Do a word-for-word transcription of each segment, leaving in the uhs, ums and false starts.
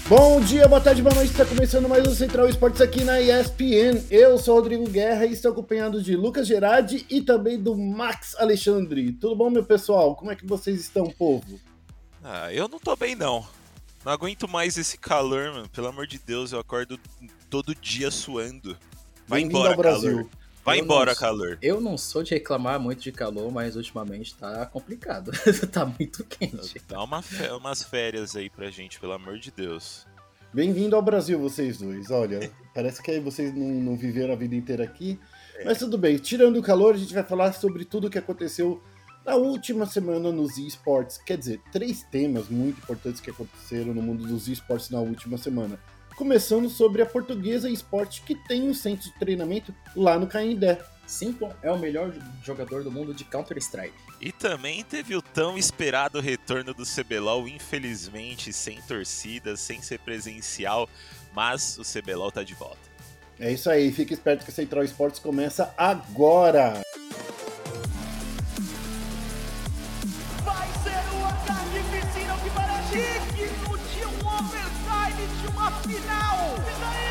Bom dia, boa tarde, boa noite, está começando mais um Central Esportes aqui na E S P N. Eu sou o Rodrigo Guerra e estou acompanhado de Lucas Gerardi e também do Max Alexandre. Tudo bom, meu pessoal? Como é que vocês estão, povo? Ah, eu não tô bem, não. Não aguento mais esse calor, mano. Pelo amor de Deus, eu acordo todo dia suando. Vai Bem-vindo embora, ao Brasil. calor. Vai Eu embora, não, calor. Eu não sou de reclamar muito de calor, mas ultimamente tá complicado. Tá muito quente. Dá uma fe- umas férias aí pra gente, pelo amor de Deus. Bem-vindo ao Brasil, vocês dois. Olha, parece que vocês não, não viveram a vida inteira aqui, mas tudo bem. Tirando o calor, a gente vai falar sobre tudo o que aconteceu na última semana nos eSports. Quer dizer, três temas muito importantes que aconteceram no mundo dos eSports na última semana. Começando sobre a Portuguesa Esporte, que tem um centro de treinamento lá no Canindé. Simplon é o melhor jogador do mundo de Counter-Strike. E também teve o tão esperado retorno do C B L O L, infelizmente sem torcida, sem ser presencial, mas o C B L O L tá de volta. É isso aí, fique esperto que a Central Esportes começa agora! Vai ser uma carnificina que parece digno de um overtime, de uma final! E daí?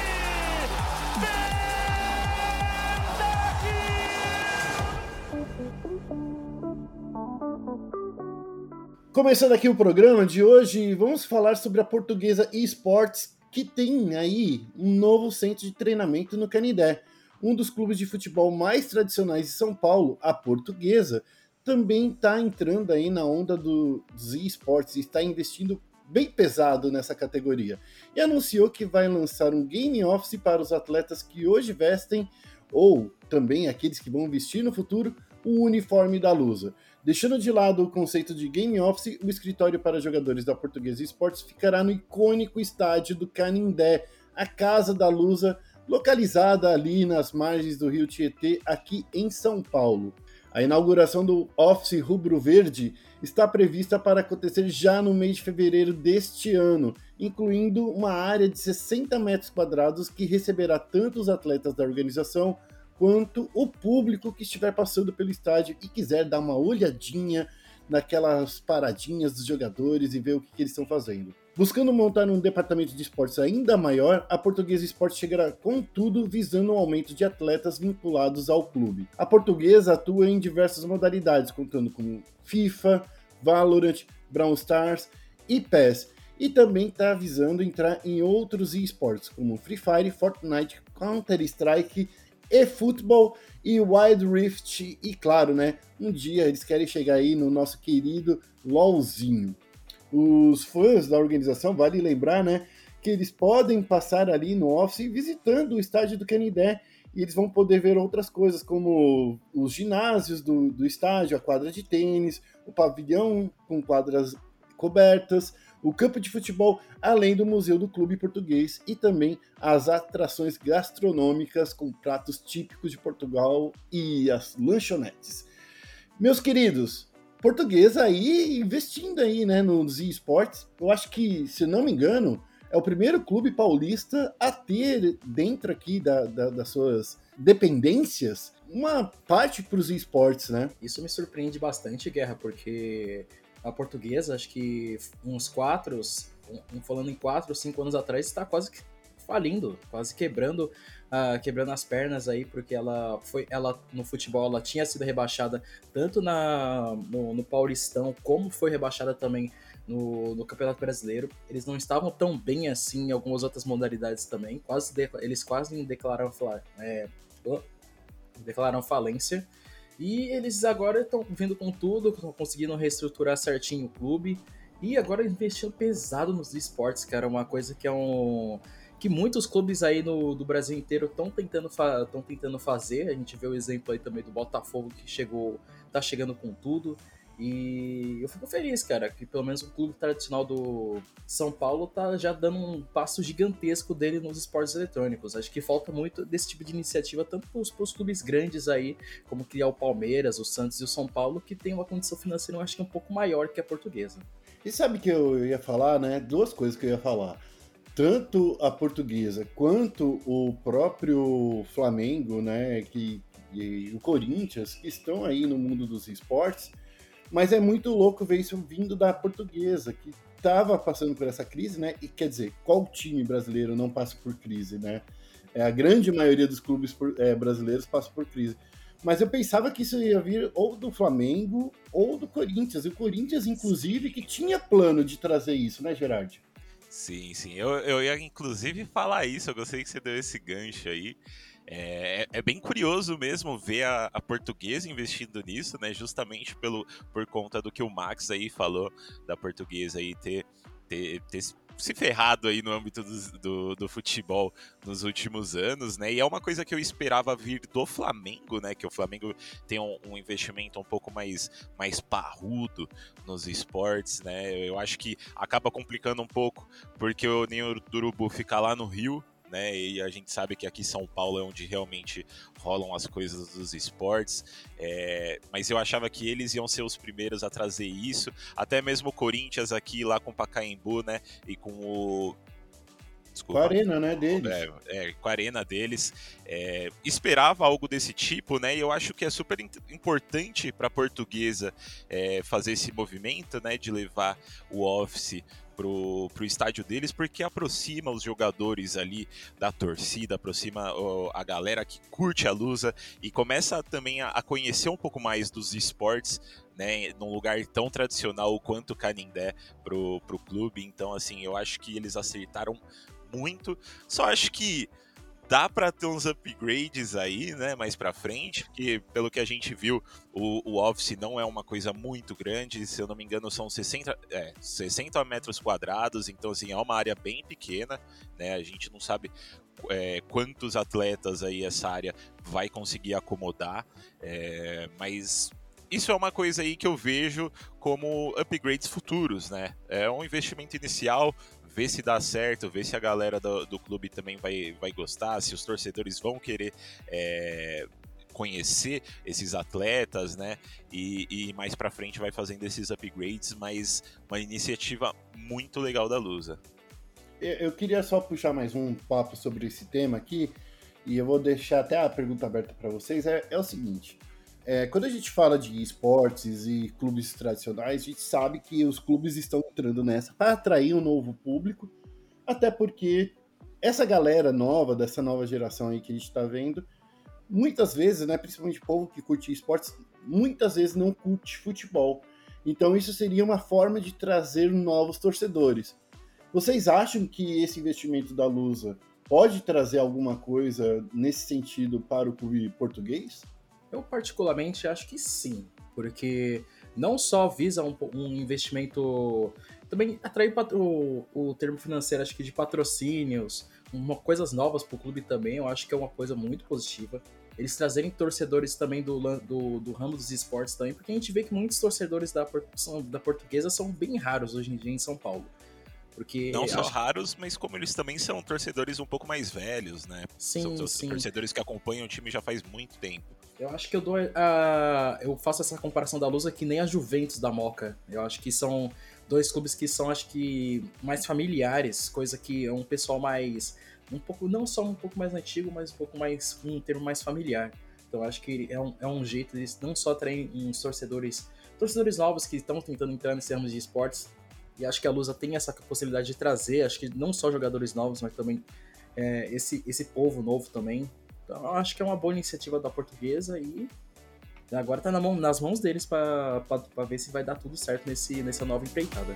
Começando aqui o programa de hoje, vamos falar sobre a Portuguesa Esportes, que tem aí um novo centro de treinamento no Canindé. Um dos clubes de futebol mais tradicionais de São Paulo, a Portuguesa, também está entrando aí na onda do, dos esportes e está investindo bem pesado nessa categoria. E anunciou que vai lançar um Game Office para os atletas que hoje vestem, ou também aqueles que vão vestir no futuro, o uniforme da Lusa. Deixando de lado o conceito de Game Office, o escritório para jogadores da Portuguesa Esportes ficará no icônico estádio do Canindé, a Casa da Lusa, localizada ali nas margens do rio Tietê, aqui em São Paulo. A inauguração do Office Rubro-Verde está prevista para acontecer já no mês de fevereiro deste ano, incluindo uma área de sessenta metros quadrados que receberá tanto os atletas da organização quanto o público que estiver passando pelo estádio e quiser dar uma olhadinha naquelas paradinhas dos jogadores e ver o que, que eles estão fazendo. Buscando montar um departamento de esportes ainda maior, a Portuguesa Esportes chegará com tudo visando um aumento de atletas vinculados ao clube. A Portuguesa atua em diversas modalidades, contando com FIFA, Valorant, Brawl Stars e P E S, e também está visando entrar em outros esportes, como Free Fire, Fortnite, Counter-Strike, eFootball e Wild Rift, e claro, né, um dia eles querem chegar aí no nosso querido LOLzinho. Os fãs da organização, vale lembrar, né, que eles podem passar ali no Office visitando o estádio do Canindé e eles vão poder ver outras coisas, como os ginásios do, do estádio, a quadra de tênis, o pavilhão com quadras cobertas, o campo de futebol, além do Museu do Clube Português e também as atrações gastronômicas com pratos típicos de Portugal e as lanchonetes. Meus queridos, Portuguesa aí investindo aí, né, nos esportes. Eu acho que, se não me engano, é o primeiro clube paulista a ter dentro aqui da, da, das suas dependências uma parte para os esportes, né? Isso me surpreende bastante, Guerra, porque a Portuguesa, acho que uns quatro, um, falando em quatro, cinco anos atrás, está quase que falindo, quase quebrando, uh, quebrando as pernas aí, porque ela foi, ela no futebol, ela tinha sido rebaixada tanto na, no, no Paulistão, como foi rebaixada também no, no Campeonato Brasileiro. Eles não estavam tão bem assim em algumas outras modalidades também, quase de, eles quase declararam, é, declararam falência. E eles agora estão vindo com tudo, estão conseguindo reestruturar certinho o clube. E agora investindo pesado nos esportes, cara. Uma coisa que é um... que muitos clubes aí no, do Brasil inteiro estão tentando, fa- tentando fazer. A gente vê o exemplo aí também do Botafogo, que chegou, tá chegando com tudo. E eu fico feliz, cara, que pelo menos o clube tradicional do São Paulo tá já dando um passo gigantesco dele nos esportes eletrônicos. Acho que falta muito desse tipo de iniciativa, tanto para os clubes grandes aí, como criar o Palmeiras, o Santos e o São Paulo, que tem uma condição financeira, eu acho que é um pouco maior que a Portuguesa. E sabe que eu ia falar, né? Duas coisas que eu ia falar. Tanto a Portuguesa quanto o próprio Flamengo, né? Que, e o Corinthians, que estão aí no mundo dos esportes, Mas é muito louco ver isso vindo da Portuguesa, que estava passando por essa crise, né? E quer dizer, qual time brasileiro não passa por crise, né? É, a grande maioria dos clubes por, é, brasileiros passa por crise. Mas eu pensava que isso ia vir ou do Flamengo ou do Corinthians. E o Corinthians, inclusive, que tinha plano de trazer isso, né, Gerard? Sim, sim. Eu, eu ia inclusive falar isso, eu gostei que você deu esse gancho aí. É, é bem curioso mesmo ver a, a Portuguesa investindo nisso, né? Justamente pelo, por conta do que o Max aí falou da Portuguesa aí ter, ter, ter se ferrado aí no âmbito do, do, do futebol nos últimos anos, né? E é uma coisa que eu esperava vir do Flamengo, né? Que o Flamengo tem um, um investimento um pouco mais, mais parrudo nos esportes, né? Eu acho que acaba complicando um pouco, porque o Ninho do Urubu fica lá no Rio, né? E a gente sabe que aqui São Paulo é onde realmente rolam as coisas dos esportes, é, mas eu achava que eles iam ser os primeiros a trazer isso, até mesmo o Corinthians aqui lá com o Pacaembu, né? E com o Desculpa. Com a arena, né, deles. É, é, com a arena deles. É, esperava algo desse tipo, né? E eu acho que é super importante para a Portuguesa é, fazer esse movimento, né? De levar o Office pro, pro estádio deles, porque aproxima os jogadores ali da torcida, aproxima ó, a galera que curte a Lusa e começa também a, a conhecer um pouco mais dos esportes, né, num lugar tão tradicional quanto o Canindé pro, pro clube. Então, assim, eu acho que eles acertaram muito. Só acho que dá para ter uns upgrades aí, né, mais para frente, porque pelo que a gente viu, o, o Office não é uma coisa muito grande, se eu não me engano são sessenta, é, sessenta metros quadrados, então assim, é uma área bem pequena, né, a gente não sabe é, quantos atletas aí essa área vai conseguir acomodar, é, mas isso é uma coisa aí que eu vejo como upgrades futuros, né, é um investimento inicial, ver se dá certo, ver se a galera do, do clube também vai, vai gostar, se os torcedores vão querer é, conhecer esses atletas, né? E, e mais pra frente vai fazendo esses upgrades, mas uma iniciativa muito legal da Lusa. Eu queria só puxar mais um papo sobre esse tema aqui, e eu vou deixar até a pergunta aberta para vocês, é, é o seguinte... É, quando a gente fala de esportes e clubes tradicionais, a gente sabe que os clubes estão entrando nessa para atrair um novo público, até porque essa galera nova, dessa nova geração aí que a gente está vendo, muitas vezes, né, principalmente o povo que curte esportes, muitas vezes não curte futebol. Então isso seria uma forma de trazer novos torcedores. Vocês acham que esse investimento da Lusa pode trazer alguma coisa nesse sentido para o clube português? Eu particularmente acho que sim, porque não só visa um, um investimento, também atrair o, o termo financeiro, acho que de patrocínios, uma, coisas novas para o clube também, eu acho que é uma coisa muito positiva. Eles trazerem torcedores também do, do, do ramo dos esportes também, porque a gente vê que muitos torcedores da, da Portuguesa são bem raros hoje em dia em São Paulo. Porque não só acho... raros, mas como eles também são torcedores um pouco mais velhos, né? Sim, são sim. torcedores que acompanham o time já faz muito tempo. Eu acho que eu dou a, eu faço essa comparação da Lusa que nem a Juventus da Moca. Eu acho que são dois clubes que são, acho que, mais familiares, coisa que é um pessoal mais, um pouco, não só um pouco mais antigo, mas um pouco mais, um termo mais familiar. Então eu acho que é um, é um jeito de não só atrair uns torcedores, torcedores novos que estão tentando entrar nesse ramo de esportes, e acho que a Lusa tem essa possibilidade de trazer, acho que não só jogadores novos, mas também é, esse, esse povo novo também. Então, eu acho que é uma boa iniciativa da Portuguesa e agora tá na mão, nas mãos deles para ver se vai dar tudo certo nesse, nessa nova empreitada.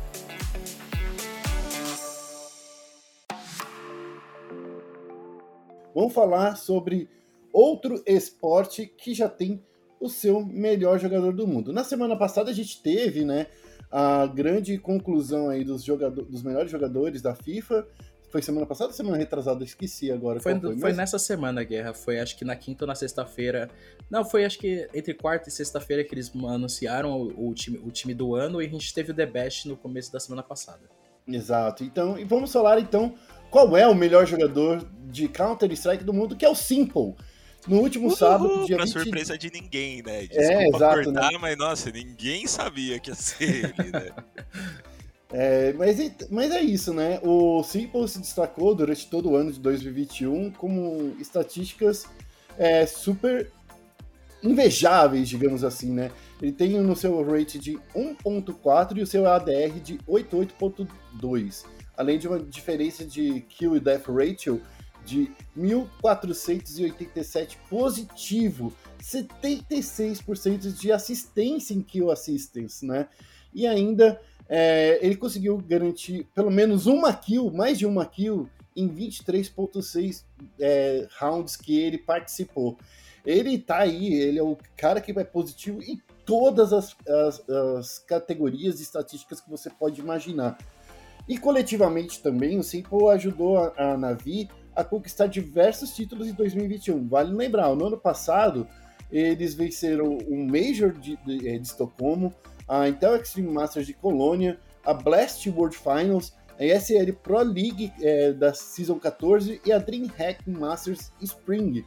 Vamos falar sobre outro esporte que já tem o seu melhor jogador do mundo. Na semana passada a gente teve, né, a grande conclusão aí dos, jogador, dos melhores jogadores da FIFA. Foi semana passada ou semana retrasada? Esqueci agora. Foi, foi, foi nessa semana, Guerra. Foi acho que na quinta ou na sexta-feira. Não, foi acho que entre quarta e sexta-feira que eles anunciaram o, o, time, o time do ano e a gente teve o The Best no começo da semana passada. Exato. Então, e vamos falar então qual é o melhor jogador de Counter-Strike do mundo, que é o Simple. No último Uhul, sábado, dia pra vinte... surpresa de ninguém, né? Desculpa é, exato, cortar, né? Mas nossa, ninguém sabia que ia ser ele, né? É, mas, mas é isso, né? O Simple se destacou durante todo o ano de dois mil e vinte e um como estatísticas é, super invejáveis, digamos assim, né? Ele tem no seu rate de um ponto quatro e o seu A D R de oitenta e oito ponto dois, além de uma diferença de kill e death ratio de mil quatrocentos e oitenta e sete positivo, setenta e seis por cento de assistência em kill assistance, né? E ainda é, ele conseguiu garantir pelo menos uma kill, mais de uma kill, em vinte e três ponto seis é, rounds que ele participou. Ele tá aí, ele é o cara que vai positivo em todas as, as, as categorias e estatísticas que você pode imaginar. E coletivamente também, o Simple ajudou a, a Navi a conquistar diversos títulos em dois mil e vinte e um. Vale lembrar, no ano passado, eles venceram o Major de, de, de Estocolmo, a Intel Extreme Masters de Colônia, a Blast World Finals, a E S L Pro League é, da Season quatorze e a DreamHack Masters Spring.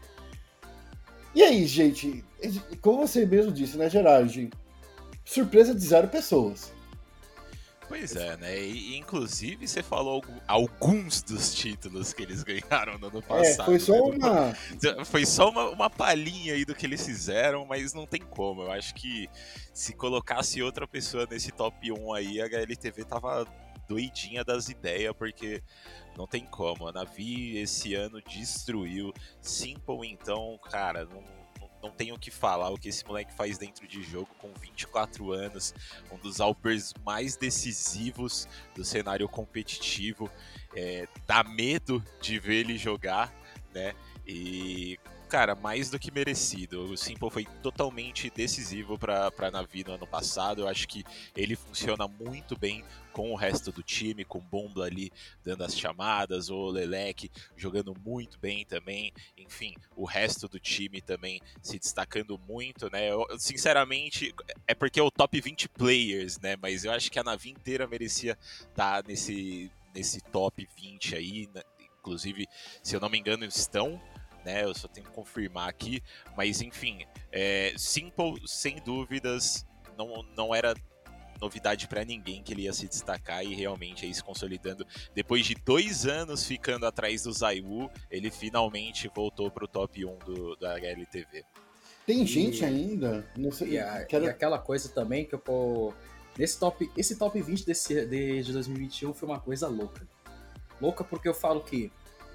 E aí, gente, como você mesmo disse, né, Gerard? Surpresa de zero pessoas. Pois é, né? E, inclusive, você falou alguns dos títulos que eles ganharam no ano passado. É, foi só né? uma... Foi só uma, uma palhinha aí do que eles fizeram, mas não tem como. Eu acho que se colocasse outra pessoa nesse top um aí, a H L T V tava doidinha das ideias, porque não tem como. A Navi esse ano destruiu. Simple, então, cara, não, não, não tenho o que falar. O que esse moleque faz dentro de jogo com vinte e quatro anos, um dos Alpers mais decisivos do cenário competitivo. É, dá medo de ver ele jogar, né? E, cara, mais do que merecido. O Simple foi totalmente decisivo para a Navi no ano passado. Eu acho que ele funciona muito bem com o resto do time, com o Bombla ali dando as chamadas, o Lelec jogando muito bem também. Enfim, o resto do time também se destacando muito, né? Eu, sinceramente, é porque é o top vinte players, né? Mas eu acho que a Navi inteira merecia estar nesse, nesse top vinte aí. Né? Inclusive, se eu não me engano, estão... Né, eu só tenho que confirmar aqui, mas enfim, é, Simple, sem dúvidas, não, não era novidade para ninguém que ele ia se destacar e realmente aí se consolidando. Depois de dois anos ficando atrás do Zaiwu, ele finalmente voltou para o top um do, da H L T V. Tem E- gente ainda, não sei, E, a- quero- e aquela coisa também que eu pô, nesse top, esse top vinte desse, de, de dois mil e vinte e um foi uma coisa louca. Louca porque eu falo que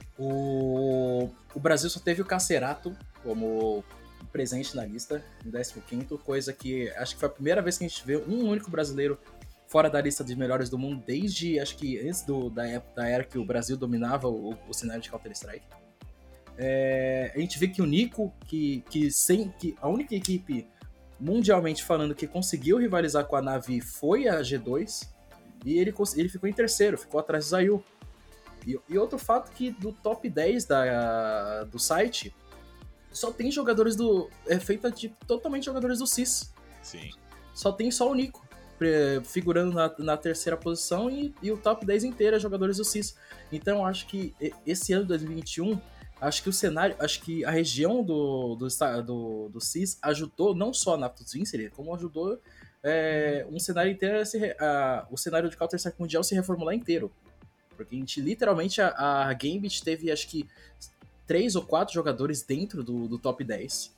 o, o Brasil só teve o Cacerato como presente na lista, em décimo quinto, coisa que acho que foi a primeira vez que a gente vê um único brasileiro fora da lista de melhores do mundo, desde acho que antes do, da, época, da era que o Brasil dominava o, o cenário de Counter-Strike. É, a gente vê que o Nico, que, que, sem, que a única equipe mundialmente falando que conseguiu rivalizar com a Navi foi a G dois, e ele, ele ficou em terceiro, ficou atrás do Zayu. E, e outro fato que do top dez da, do site, só tem jogadores do... é feita de totalmente jogadores do C I S. Sim. Só tem só o Nico pre- figurando na, na terceira posição e, e o top dez inteiro é jogadores do C I S. Então eu acho que e- esse ano de dois mil e vinte e um, acho que o cenário, acho que a região do, do, esta- do, do C I S ajudou não só a Natus Vincere, como ajudou é, um cenário inteiro, a se re- a- o cenário de Counter-Strike Mundial se reformular inteiro. Porque a gente, literalmente, a, a Gambit teve, acho que, três ou quatro jogadores dentro do, do top dez.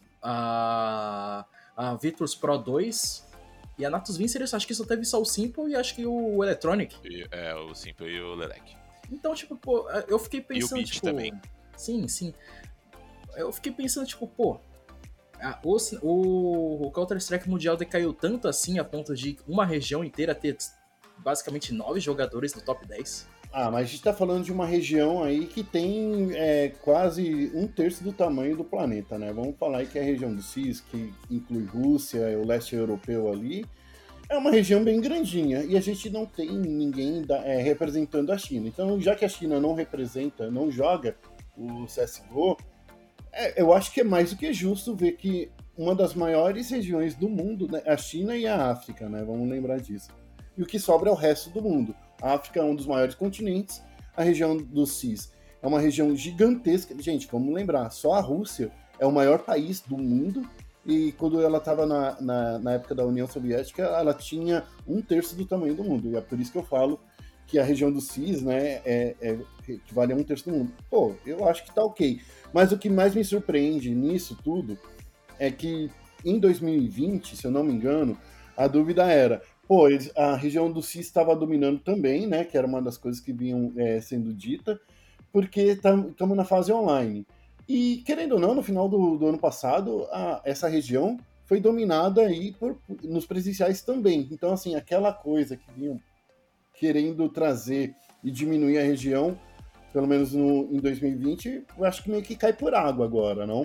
A, a Virtus Pro dois e a Natus Vincere, acho que só teve só o Simple e acho que o Electronic. E, é, o Simple e o Lelec. Então, tipo, pô, eu fiquei E o pensando, Beat tipo... também. Sim, sim. Eu fiquei pensando, tipo, pô... a- o, o, o Counter-Strike Mundial decaiu tanto assim a ponto de uma região inteira ter basicamente nove jogadores no top dez. Ah, mas a gente tá falando de uma região aí que tem é, quase um terço do tamanho do planeta, né? Vamos falar aí que é a região do C I S, que inclui Rússia e o leste europeu ali, é uma região bem grandinha e a gente não tem ninguém da- é, representando a China. Então, já que a China não representa, não joga o C S G O, é, eu acho que é mais do que justo ver que uma das maiores regiões do mundo, né, a China e a África, né? Vamos lembrar disso. E o que sobra é o resto do mundo. A África é um dos maiores continentes, a região do C I S é uma região gigantesca. Gente, vamos lembrar, só a Rússia é o maior país do mundo, e quando ela estava na, na, na época da União Soviética, ela tinha um terço do tamanho do mundo, e é por isso que eu falo que a região do C I S, né, é, é, equivale a um terço do mundo. Pô, eu acho que tá ok. Mas o que mais me surpreende nisso tudo é que em dois mil e vinte, se eu não me engano, a dúvida era, pô, eles, a região do C I S estava dominando também, né, que era uma das coisas que vinham é, sendo dita, porque estamos na fase online. E, querendo ou não, no final do, do ano passado, a, essa região foi dominada aí por, nos presenciais também. Então, assim, aquela coisa que vinham querendo trazer e diminuir a região, pelo menos no, em dois mil e vinte, eu acho que meio que cai por água agora, não?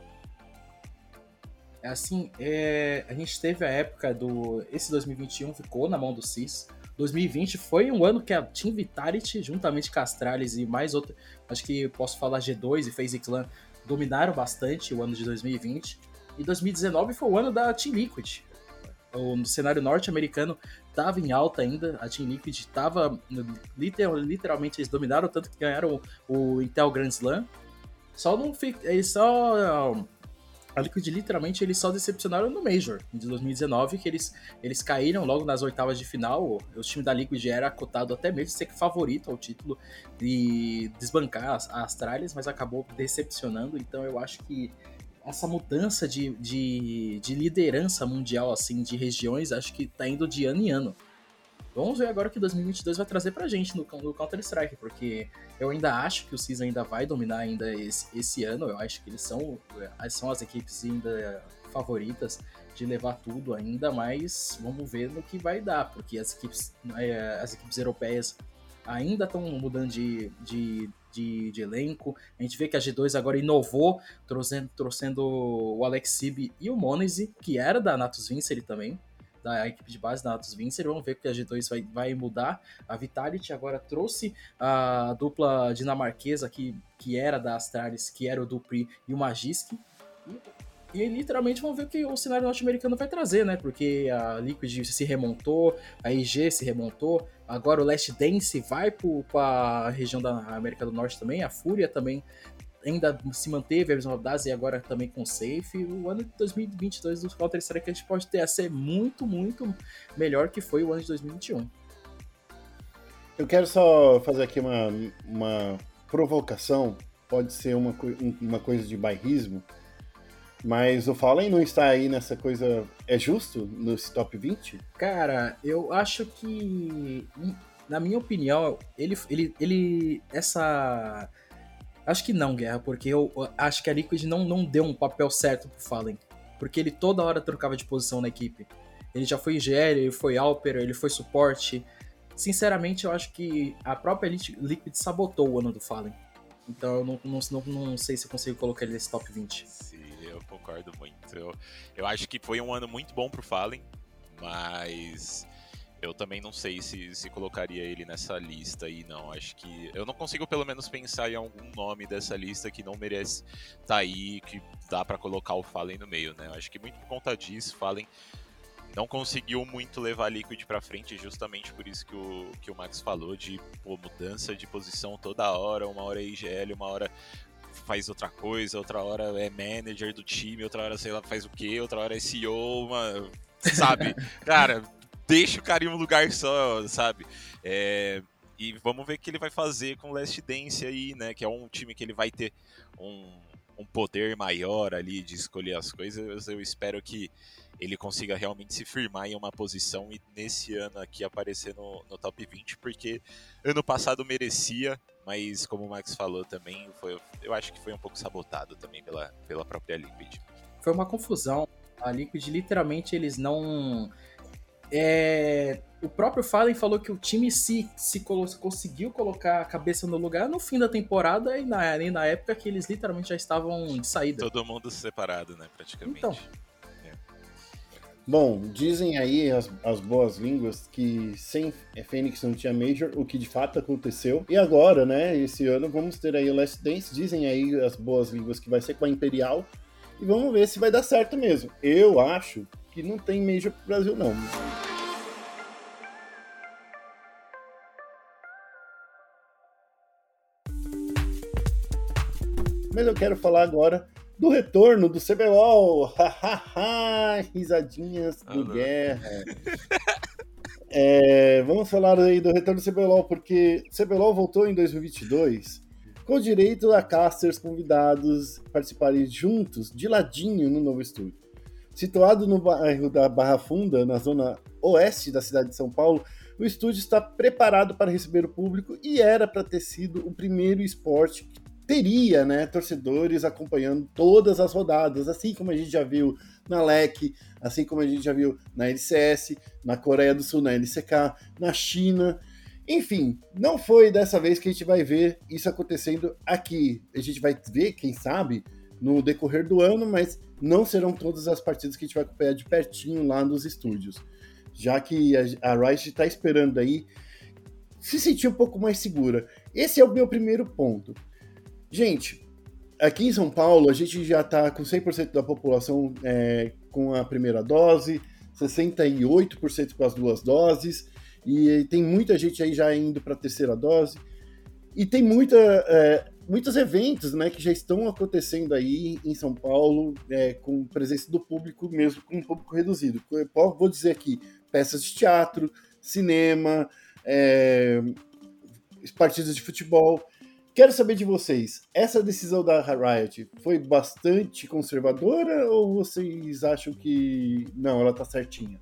Assim, é, a gente teve a época do... Esse dois mil e vinte e um ficou na mão do C I S. dois mil e vinte foi um ano que a Team Vitality, juntamente com a Astralis e mais outra, acho que posso falar G dois e FaZe Clan, dominaram bastante o ano de dois mil e vinte. E dois mil e dezenove foi o ano da Team Liquid. O cenário norte-americano estava em alta ainda, a Team Liquid estava, literalmente eles dominaram, tanto que ganharam o, o Intel Grand Slam. Só não fica, eles só... A Liquid, literalmente, eles só decepcionaram no Major, de dois mil e dezenove, que eles, eles caíram logo nas oitavas de final. O time da Liquid era cotado até mesmo ser favorito ao título de desbancar as, as Astralis, mas acabou decepcionando. Então eu acho que essa mudança de, de, de liderança mundial, assim, de regiões, acho que tá indo de ano em ano. Vamos ver agora o que dois mil e vinte e dois vai trazer pra gente no, no Counter-Strike, porque eu ainda acho que o C I S ainda vai dominar ainda esse, esse ano. Eu acho que eles são, são as equipes ainda favoritas de levar tudo ainda, mas vamos ver no que vai dar, porque as equipes, as equipes europeias ainda estão mudando de, de, de, de elenco. A gente vê que a G dois agora inovou, trouxendo, trouxendo o Alex Sib e o Monese, que era da Natus Vincere também, da equipe de base da Natus Vincere. Vamos ver que a G dois vai, vai mudar. A Vitality agora trouxe a dupla dinamarquesa que, que era da Astralis, que era o Dupri e o Magisk. E, e literalmente vamos ver o que o cenário norte-americano vai trazer, né? Porque a Liquid se remontou, a I G se remontou, agora o Last Dance vai para a região da América do Norte também, a Fúria também ainda se manteve a mesma base e agora também com Safe. O ano de dois mil e vinte e dois do Counter-Strike a gente pode ter a ser muito, muito melhor que foi o ano de dois mil e vinte e um. Eu quero só fazer aqui uma, uma provocação, pode ser uma, uma coisa de bairrismo, mas o Fallen não está aí nessa coisa, é justo, nesse top vinte? Cara, eu acho que, na minha opinião, ele, ele, ele essa... Acho que não, Guerra, porque eu acho que a Liquid não, não deu um papel certo pro Fallen. Porque ele toda hora trocava de posição na equipe. Ele já foi I G L, ele foi Alper, ele foi suporte. Sinceramente, eu acho que a própria Liquid sabotou o ano do Fallen. Então eu não, não, não, não sei se eu consigo colocar ele nesse top vinte. Sim, eu concordo muito. Eu, eu acho que foi um ano muito bom pro Fallen, mas... eu também não sei se, se colocaria ele nessa lista aí, não. Acho que... eu não consigo, pelo menos, pensar em algum nome dessa lista que não merece estar tá aí, que dá pra colocar o Fallen no meio, né? Acho que muito por conta disso, Fallen não conseguiu muito levar a Liquid pra frente, justamente por isso que o, que o Max falou, de pô, mudança de posição toda hora, uma hora é I G L, uma hora faz outra coisa, outra hora é manager do time, outra hora, sei lá, faz o quê, outra hora é C E O, uma... sabe? Cara... deixa o cara em um lugar só, sabe? É, e vamos ver o que ele vai fazer com o Last Dance aí, né? Que é um time que ele vai ter um, um poder maior ali de escolher as coisas. Eu espero que ele consiga realmente se firmar em uma posição e nesse ano aqui aparecer no, no top vinte, porque ano passado merecia, mas como o Max falou também, foi, eu acho que foi um pouco sabotado também pela, pela própria Liquid. Foi uma confusão. A Liquid, literalmente, eles não... É, o próprio Fallen falou que o time se, se colo- conseguiu colocar a cabeça no lugar no fim da temporada e na, e na época que eles literalmente já estavam de saída. Todo mundo separado, né, praticamente. Então. É. Bom, dizem aí as, as boas línguas que sem Fênix não tinha Major, o que de fato aconteceu. E agora, né, esse ano vamos ter aí o Last Dance, dizem aí as boas línguas que vai ser com a Imperial. E vamos ver se vai dar certo mesmo. Eu acho que não tem Major pro Brasil, não. Mas eu quero falar agora do retorno do C B L O L. Risadinhas do ah, Guerra. É, vamos falar aí do retorno do C B L O L, porque o C B L O L voltou em dois mil e vinte e dois com direito a casters convidados participarem juntos, de ladinho, no novo estúdio. Situado no bairro da Barra Funda, na zona oeste da cidade de São Paulo, o estúdio está preparado para receber o público e era para ter sido o primeiro esporte que teria, né, torcedores acompanhando todas as rodadas, assim como a gente já viu na L E C, assim como a gente já viu na L C S, na Coreia do Sul, na L C K, na China. Enfim, não foi dessa vez que a gente vai ver isso acontecendo aqui. A gente vai ver, quem sabe, no decorrer do ano, mas não serão todas as partidas que a gente vai acompanhar de pertinho lá nos estúdios. Já que a Riot está esperando aí se sentir um pouco mais segura. Esse é o meu primeiro ponto. Gente, aqui em São Paulo, a gente já está com cem por cento da população é, com a primeira dose, sessenta e oito por cento com as duas doses, e tem muita gente aí já indo para a terceira dose, e tem muita, é, muitos eventos, né, que já estão acontecendo aí em São Paulo, é, com presença do público, mesmo com um público reduzido. Eu vou dizer aqui, peças de teatro, cinema, é, partidas de futebol. Quero saber de vocês, essa decisão da Riot foi bastante conservadora ou vocês acham que não, ela tá certinha?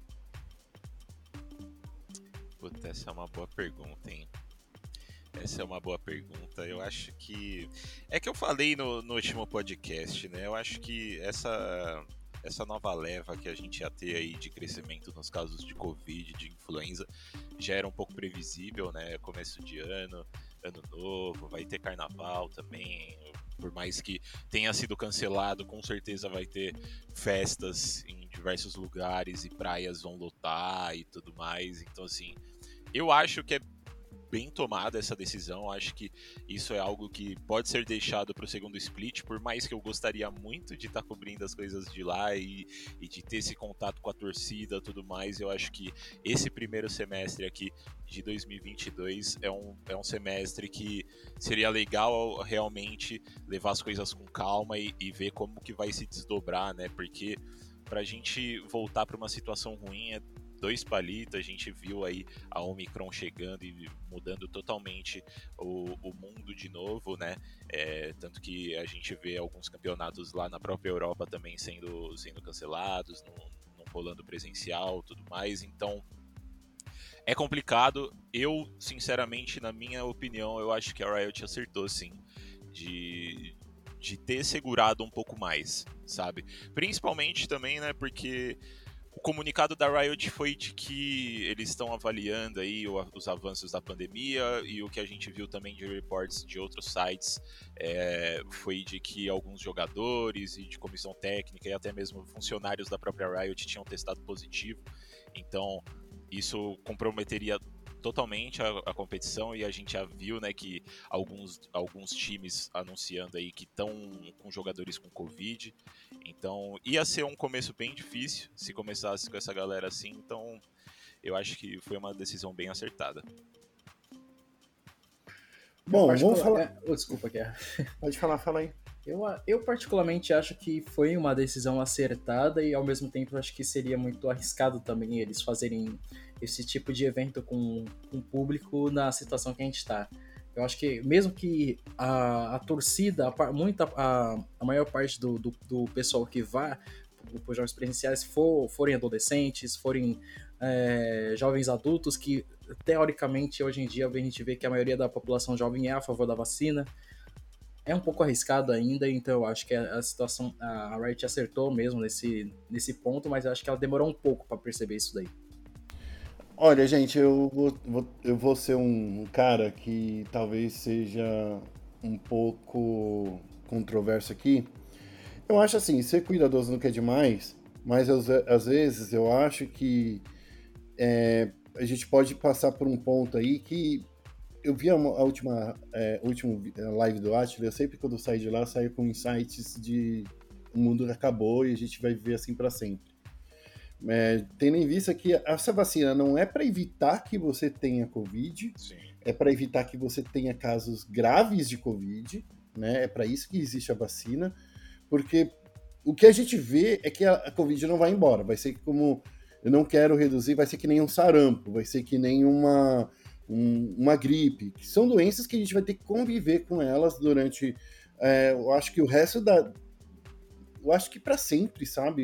Puta, essa é uma boa pergunta, hein? Essa é uma boa pergunta. Eu acho que... É que eu falei no, no último podcast, né? Eu acho que essa, essa nova leva que a gente ia ter aí de crescimento nos casos de Covid, de influenza, já era um pouco previsível, né? Começo de ano... Ano novo, vai ter carnaval também, por mais que tenha sido cancelado, com certeza vai ter festas em diversos lugares e praias vão lotar e tudo mais, então assim, eu acho que é bem tomada essa decisão, acho que isso é algo que pode ser deixado para o segundo split, por mais que eu gostaria muito de estar tá cobrindo as coisas de lá e, e de ter esse contato com a torcida e tudo mais, eu acho que esse primeiro semestre aqui de dois mil e vinte e dois é um, é um semestre que seria legal realmente levar as coisas com calma e, e ver como que vai se desdobrar, né, porque pra gente voltar para uma situação ruim é dois palitos, a gente viu aí a Omicron chegando e mudando totalmente o, o mundo de novo, né? É, tanto que a gente vê alguns campeonatos lá na própria Europa também sendo, sendo cancelados, não, não rolando presencial, tudo mais, então é complicado. Eu, sinceramente, na minha opinião, eu acho que a Riot acertou, sim, de, de ter segurado um pouco mais, sabe? Principalmente também, né, porque o comunicado da Riot foi de que eles estão avaliando aí os avanços da pandemia, e o que a gente viu também de reports de outros sites é, foi de que alguns jogadores e de comissão técnica e até mesmo funcionários da própria Riot tinham testado positivo, então isso comprometeria totalmente a, a competição, e a gente já viu, né, que alguns, alguns times anunciando aí que estão com jogadores com Covid, então ia ser um começo bem difícil se começasse com essa galera assim, então eu acho que foi uma decisão bem acertada. Bom, vamos falar... É... Oh, desculpa, Guerra. Pode falar, fala aí. Eu, eu particularmente acho que foi uma decisão acertada e ao mesmo tempo acho que seria muito arriscado também eles fazerem esse tipo de evento com o público na situação que a gente está. Eu acho que mesmo que a, a torcida, a, muita, a, a maior parte do, do, do pessoal que vá para os jogos presenciais for, forem adolescentes, forem é, jovens adultos, que teoricamente hoje em dia a gente vê que a maioria da população jovem é a favor da vacina, é um pouco arriscado ainda, então eu acho que a, a situação, a Riot acertou mesmo nesse, nesse ponto, mas eu acho que ela demorou um pouco para perceber isso daí. Olha, gente, eu vou, vou, eu vou ser um cara que talvez seja um pouco controverso aqui. Eu acho assim, ser cuidadoso não quer demais, mas às, às vezes eu acho que é, a gente pode passar por um ponto aí que eu vi a, a última é, última live do Atila, eu sempre quando eu saio de lá, eu saio com insights de o mundo acabou e a gente vai viver assim para sempre. É, tendo em vista que essa vacina não é para evitar que você tenha Covid, Sim. é para evitar que você tenha casos graves de Covid, né? É para isso que existe a vacina, porque o que a gente vê é que a, a Covid não vai embora, vai ser como, eu não quero reduzir, vai ser que nem um sarampo, vai ser que nem uma, um, uma gripe, que são doenças que a gente vai ter que conviver com elas durante, é, eu acho que o resto da, eu acho que para sempre, sabe?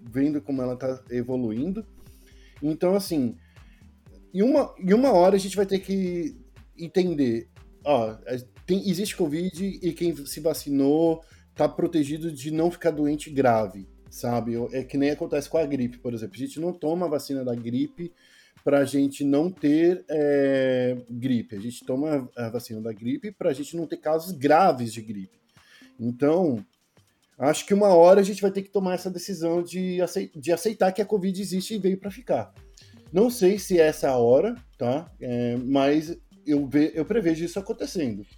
vendo como ela está evoluindo. Então, assim, em uma, em uma hora a gente vai ter que entender, ó, tem, existe Covid e quem se vacinou está protegido de não ficar doente grave, sabe? É que nem acontece com a gripe, por exemplo. A gente não toma a vacina da gripe para a gente não ter é, gripe. A gente toma a vacina da gripe para a gente não ter casos graves de gripe. Então, acho que uma hora a gente vai ter que tomar essa decisão de aceitar, de aceitar que a Covid existe e veio para ficar. Não sei se é essa a hora, tá? É, mas eu, ve, eu prevejo isso acontecendo.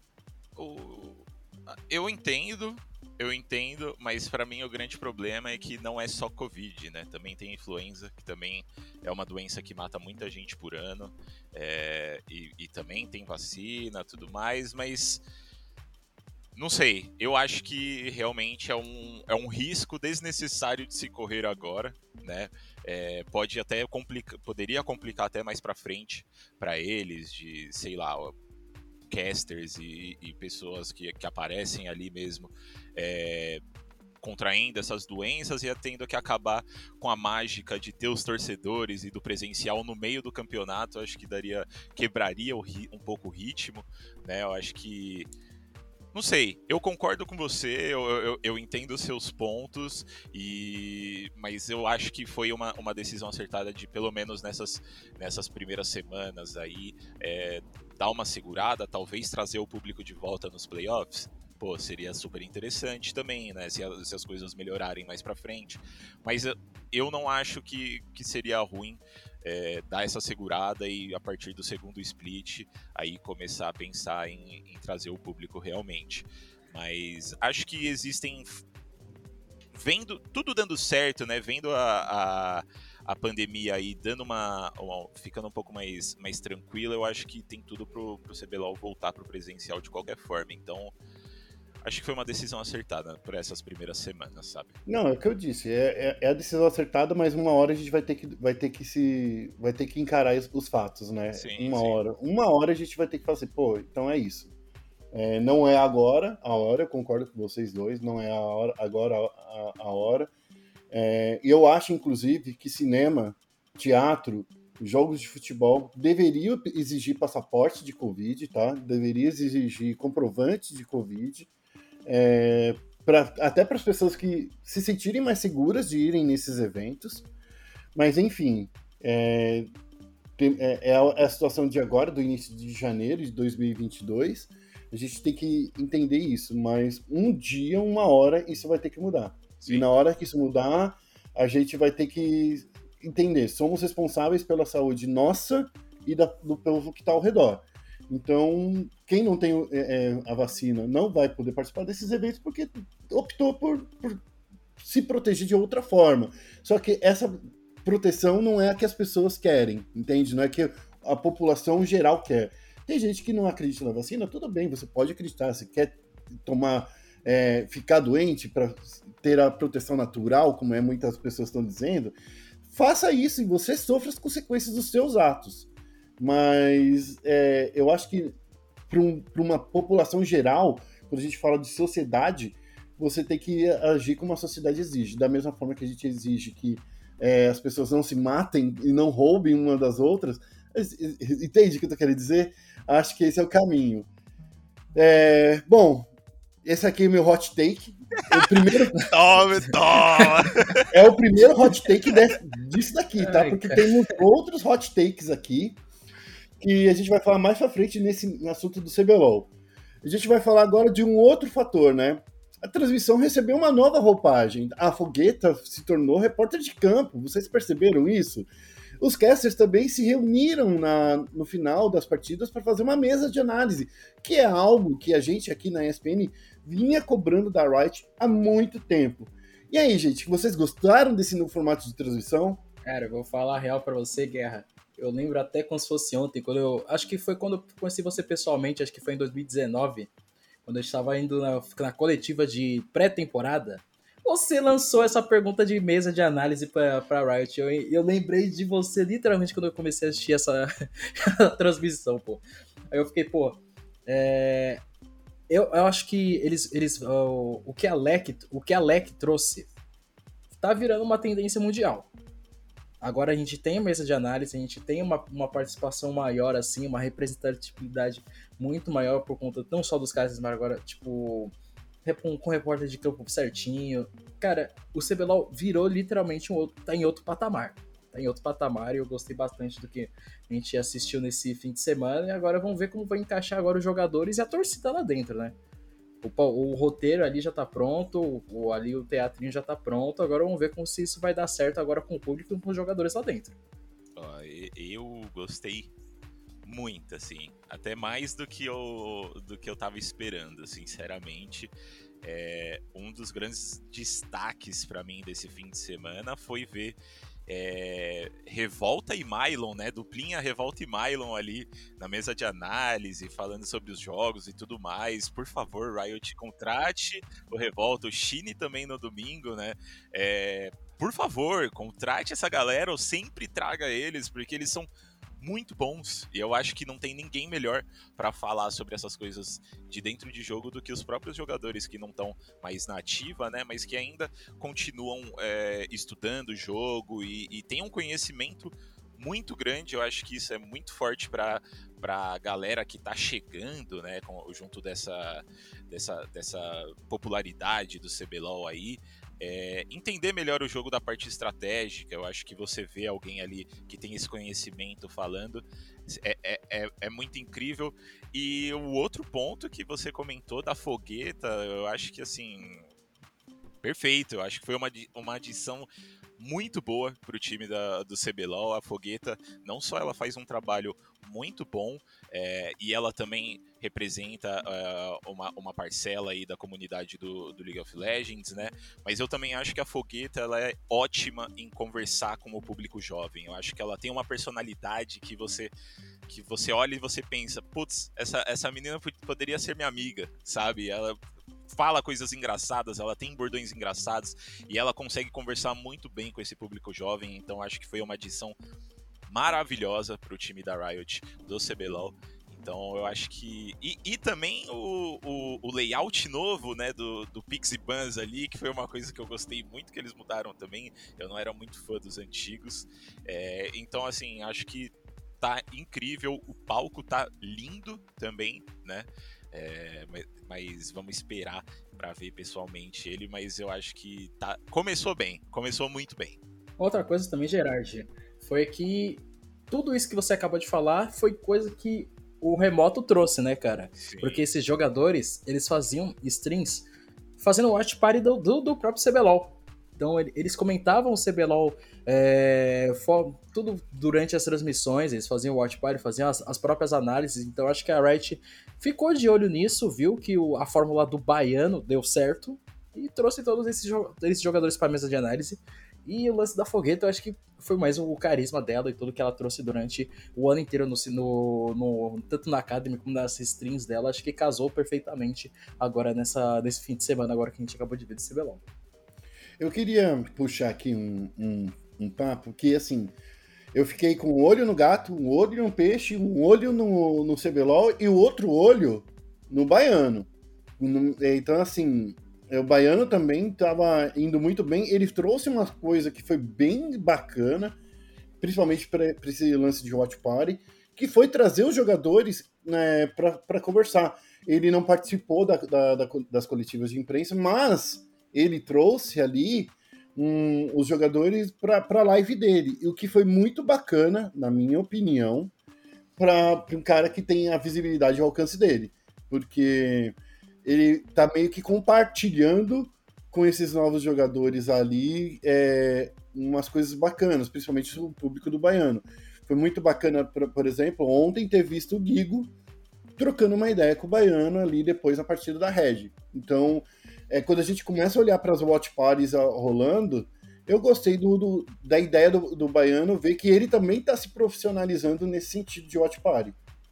Eu entendo, eu entendo, mas para mim o grande problema é que não é só Covid, né? Também tem influenza, que também é uma doença que mata muita gente por ano, é, e, e também tem vacina, tudo mais, mas não sei, eu acho que realmente é um, é um risco desnecessário de se correr agora, né? É, pode até complicar, poderia complicar até mais para frente para eles, de, sei lá, casters e, e pessoas que, que aparecem ali mesmo é, contraindo essas doenças e tendo que acabar com a mágica de ter os torcedores e do presencial no meio do campeonato. Eu acho que daria, quebraria o, um pouco o ritmo, né? Eu acho que não sei, eu concordo com você, eu, eu, eu entendo os seus pontos, e... mas eu acho que foi uma, uma decisão acertada de, pelo menos nessas, nessas primeiras semanas aí, é, dar uma segurada, talvez trazer o público de volta nos playoffs. Pô, seria super interessante também, né, se, a, se as coisas melhorarem mais pra frente. Mas eu, eu não acho que, que seria ruim é, dar essa segurada e a partir do segundo split aí começar a pensar em, em trazer o público realmente. Mas acho que existem, vendo tudo dando certo, né, vendo a, a, a pandemia aí dando uma, uma, ficando um pouco mais, mais tranquila, eu acho que tem tudo pro, pro C B L O L voltar pro presencial de qualquer forma. Então acho que foi uma decisão acertada por essas primeiras semanas, sabe? Não, é o que eu disse, é, é, é a decisão acertada, mas uma hora a gente vai ter que, vai ter que se, vai ter que encarar os, os fatos, né? Sim, uma sim. hora, uma hora a gente vai ter que falar assim, pô, então é isso. É, não é agora a hora, eu concordo com vocês dois, não é a hora, agora a, a hora. É, e eu acho, inclusive, que cinema, teatro, jogos de futebol deveriam exigir passaporte de Covid, tá? Deveria exigir comprovante de Covid. É, pra, até para as pessoas que se sentirem mais seguras de irem nesses eventos. Mas, enfim, é, tem, é, é a situação de agora, do início de janeiro de dois mil e vinte e dois. A gente tem que entender isso, mas um dia, uma hora, isso vai ter que mudar. Sim. E na hora que isso mudar, a gente vai ter que entender, somos responsáveis pela saúde nossa e da, do povo que está ao redor. Então, quem não tem é, a vacina não vai poder participar desses eventos porque optou por, por se proteger de outra forma. Só que essa proteção não é a que as pessoas querem, entende? Não é que a população geral quer. Tem gente que não acredita na vacina, tudo bem, você pode acreditar. Você quer tomar, é, ficar doente para ter a proteção natural, como é, muitas pessoas estão dizendo, faça isso e você sofre as consequências dos seus atos. Mas é, eu acho que para um, uma população geral, quando a gente fala de sociedade, você tem que agir como a sociedade exige. Da mesma forma que a gente exige que é, as pessoas não se matem e não roubem uma das outras. Entende o que eu tô querendo dizer? Acho que esse é o caminho. É, bom, esse aqui é o meu hot take. O primeiro... toma, toma! É o primeiro hot take desse, disso daqui, tá? Ai, porque cara. Temos outros hot takes aqui que a gente vai falar mais pra frente nesse assunto do C B L O L. A gente vai falar agora de um outro fator, né? A transmissão recebeu uma nova roupagem. A Fogueta se tornou repórter de campo. Vocês perceberam isso? Os casters também se reuniram na, no final das partidas para fazer uma mesa de análise, que é algo que a gente aqui na E S P N vinha cobrando da Riot há muito tempo. E aí, gente, vocês gostaram desse novo formato de transmissão? Cara, eu vou falar a real pra você, Guerra. Eu lembro até como se fosse ontem, quando eu... Acho que foi quando eu conheci você pessoalmente, acho que foi em dois mil e dezenove, quando eu estava indo na, na coletiva de pré-temporada. Você lançou essa pergunta de mesa de análise pra, pra Riot. Eu, eu lembrei de você literalmente quando eu comecei a assistir essa transmissão, pô. Aí eu fiquei, pô... É... Eu, eu acho que eles... eles o, o, que a L E C, o que a L E C trouxe tá virando uma tendência mundial. Agora a gente tem a mesa de análise, a gente tem uma, uma participação maior, assim, uma representatividade muito maior por conta não só dos caras, mas agora, tipo, com, com repórter de campo certinho. Cara, o C B L O L virou literalmente um outro, tá em outro patamar. Tá em outro patamar e eu gostei bastante do que a gente assistiu nesse fim de semana. E agora vamos ver como vai encaixar agora os jogadores e a torcida lá dentro, né? O, o roteiro ali já tá pronto, o, ali o teatrinho já tá pronto, agora vamos ver como se isso vai dar certo agora com o público e com os jogadores lá dentro. Ó, eu gostei muito, assim, até mais do que eu, do que eu tava esperando, sinceramente. É, um dos grandes destaques para mim desse fim de semana foi ver É, Revolta e Mylon, né? Duplinha Revolta e Mylon ali na mesa de análise, falando sobre os jogos e tudo mais. Por favor, Riot, contrate o Revolta, o Shine também no domingo, né? É, por favor, contrate essa galera, ou sempre traga eles, porque eles são muito bons, e eu acho que não tem ninguém melhor para falar sobre essas coisas de dentro de jogo do que os próprios jogadores que não estão mais na ativa, né, mas que ainda continuam é, estudando o jogo e, e têm um conhecimento muito grande. Eu acho que isso é muito forte para a galera que está chegando, né, com, junto dessa, dessa, dessa popularidade do C B L O L aí. É, entender melhor o jogo da parte estratégica. Eu acho que você vê alguém ali que tem esse conhecimento falando, é, é, é, é muito incrível. E o outro ponto que você comentou da fogueta, eu acho que assim, perfeito, eu acho que foi uma, uma adição muito boa para o time da, do C B L O L. A fogueta, não só ela faz um trabalho muito bom, é, e ela também representa uh, uma, uma parcela aí da comunidade do, do League of Legends, né? Mas eu também acho que a fogueta ela é ótima em conversar com o público jovem. Eu acho que ela tem uma personalidade que você, que você olha e você pensa, putz, essa, essa menina poderia ser minha amiga, sabe? Ela fala coisas engraçadas, ela tem bordões engraçados e ela consegue conversar muito bem com esse público jovem. Então acho que foi uma adição maravilhosa para o time da Riot do C B L O L. Então eu acho que... E, e também o, o, o layout novo, né, do, do Pixie Bans ali, que foi uma coisa que eu gostei muito que eles mudaram também. Eu não era muito fã dos antigos. É, então, assim, acho que tá incrível. O palco tá lindo também, né? É, mas, mas vamos esperar para ver pessoalmente ele. Mas eu acho que tá, começou bem. Começou muito bem. Outra coisa também, Gerard, foi que tudo isso que você acabou de falar foi coisa que o remoto trouxe, né, cara? Sim. Porque esses jogadores, eles faziam streams fazendo watch party do, do, do próprio C B L O L. Então, eles comentavam o C B L O L é, for, tudo durante as transmissões, eles faziam watch party, faziam as, as próprias análises. Então, acho que a Riot ficou de olho nisso, viu que o, a fórmula do baiano deu certo e trouxe todos esses, esses jogadores para a mesa de análise. E o lance da fogueta, eu acho que foi mais o carisma dela e tudo que ela trouxe durante o ano inteiro, no, no, no, tanto na Academy como nas streams dela. Acho que casou perfeitamente agora nessa, nesse fim de semana, agora que a gente acabou de ver do C B L O L. Eu queria puxar aqui um, um, um papo que, assim, eu fiquei com um olho no gato, um olho no peixe, um olho no, no C B L O L e o outro olho no baiano. Então, assim... O baiano também estava indo muito bem. Ele trouxe uma coisa que foi bem bacana, principalmente para esse lance de Watch Party, que foi trazer os jogadores, né, para conversar. Ele não participou da, da, da, das coletivas de imprensa, mas ele trouxe ali um, os jogadores para a live dele, o que foi muito bacana, na minha opinião, para um cara que tem a visibilidade e o alcance dele. Porque... ele tá meio que compartilhando com esses novos jogadores ali é, umas coisas bacanas, principalmente o público do baiano. Foi muito bacana, por, por exemplo, ontem ter visto o Gigo trocando uma ideia com o baiano ali depois na partida da Red. Então, é, quando a gente começa a olhar para as watch parties rolando, eu gostei do, do, da ideia do, do baiano ver que ele também está se profissionalizando nesse sentido de watch party.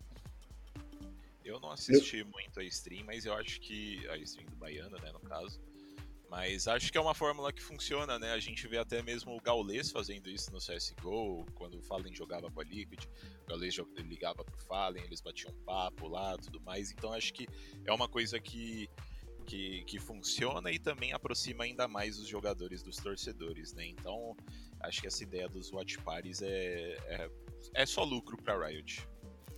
Eu não assisti eu... muito a stream, mas eu acho que... a stream do baiano, né, no caso. Mas acho que é uma fórmula que funciona, né? A gente vê até mesmo o Gaules fazendo isso no C S G O, quando o Fallen jogava com a Liquid, o Gaules ligava pro Fallen, eles batiam um papo lá, tudo mais. Então acho que é uma coisa que, que, que funciona e também aproxima ainda mais os jogadores dos torcedores, né? Então, acho que essa ideia dos watch parties é, é, é só lucro para Riot.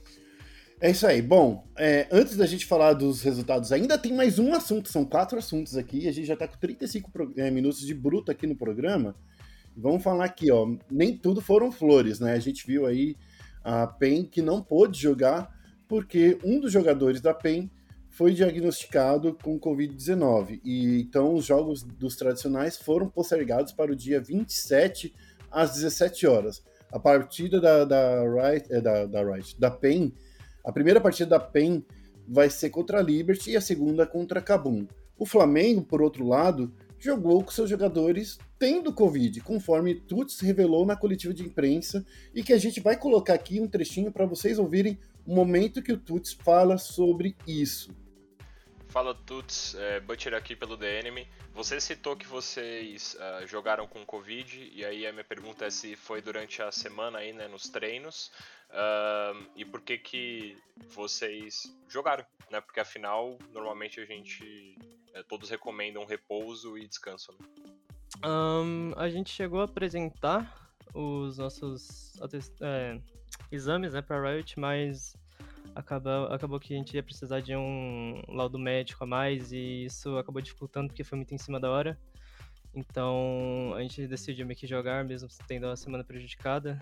É isso aí. Bom, é, antes da gente falar dos resultados, ainda tem mais um assunto, são quatro assuntos aqui, a gente já tá com trinta e cinco pro, é, minutos de bruto aqui no programa. Vamos falar aqui, ó, nem tudo foram flores, né? A gente viu aí a PEN que não pôde jogar porque um dos jogadores da PEN foi diagnosticado com covid dezenove. E então os jogos dos tradicionais foram postergados para o dia vinte e sete às dezessete horas. A partida da, da, Riot, é, da, da, Riot, da PEN, a primeira partida da PEN vai ser contra a Liberty e a segunda contra a Kabum. O Flamengo, por outro lado, jogou com seus jogadores tendo Covid, conforme Tuts revelou na coletiva de imprensa, e que a gente vai colocar aqui um trechinho para vocês ouvirem o momento que o Tuts fala sobre isso. Fala Tuts, é, Butcher aqui pelo The Enemy. Você citou que vocês uh, jogaram com Covid, e aí a minha pergunta é se foi durante a semana aí, né, nos treinos, uh, e por que que vocês jogaram, né? Porque afinal, normalmente a gente, é, todos recomendam repouso e descanso, né? Um, a gente chegou a apresentar os nossos é, exames, né, para Riot, mas acabou, acabou que a gente ia precisar de um laudo médico a mais e isso acabou dificultando porque foi muito em cima da hora. Então a gente decidiu meio que jogar, mesmo tendo a semana prejudicada,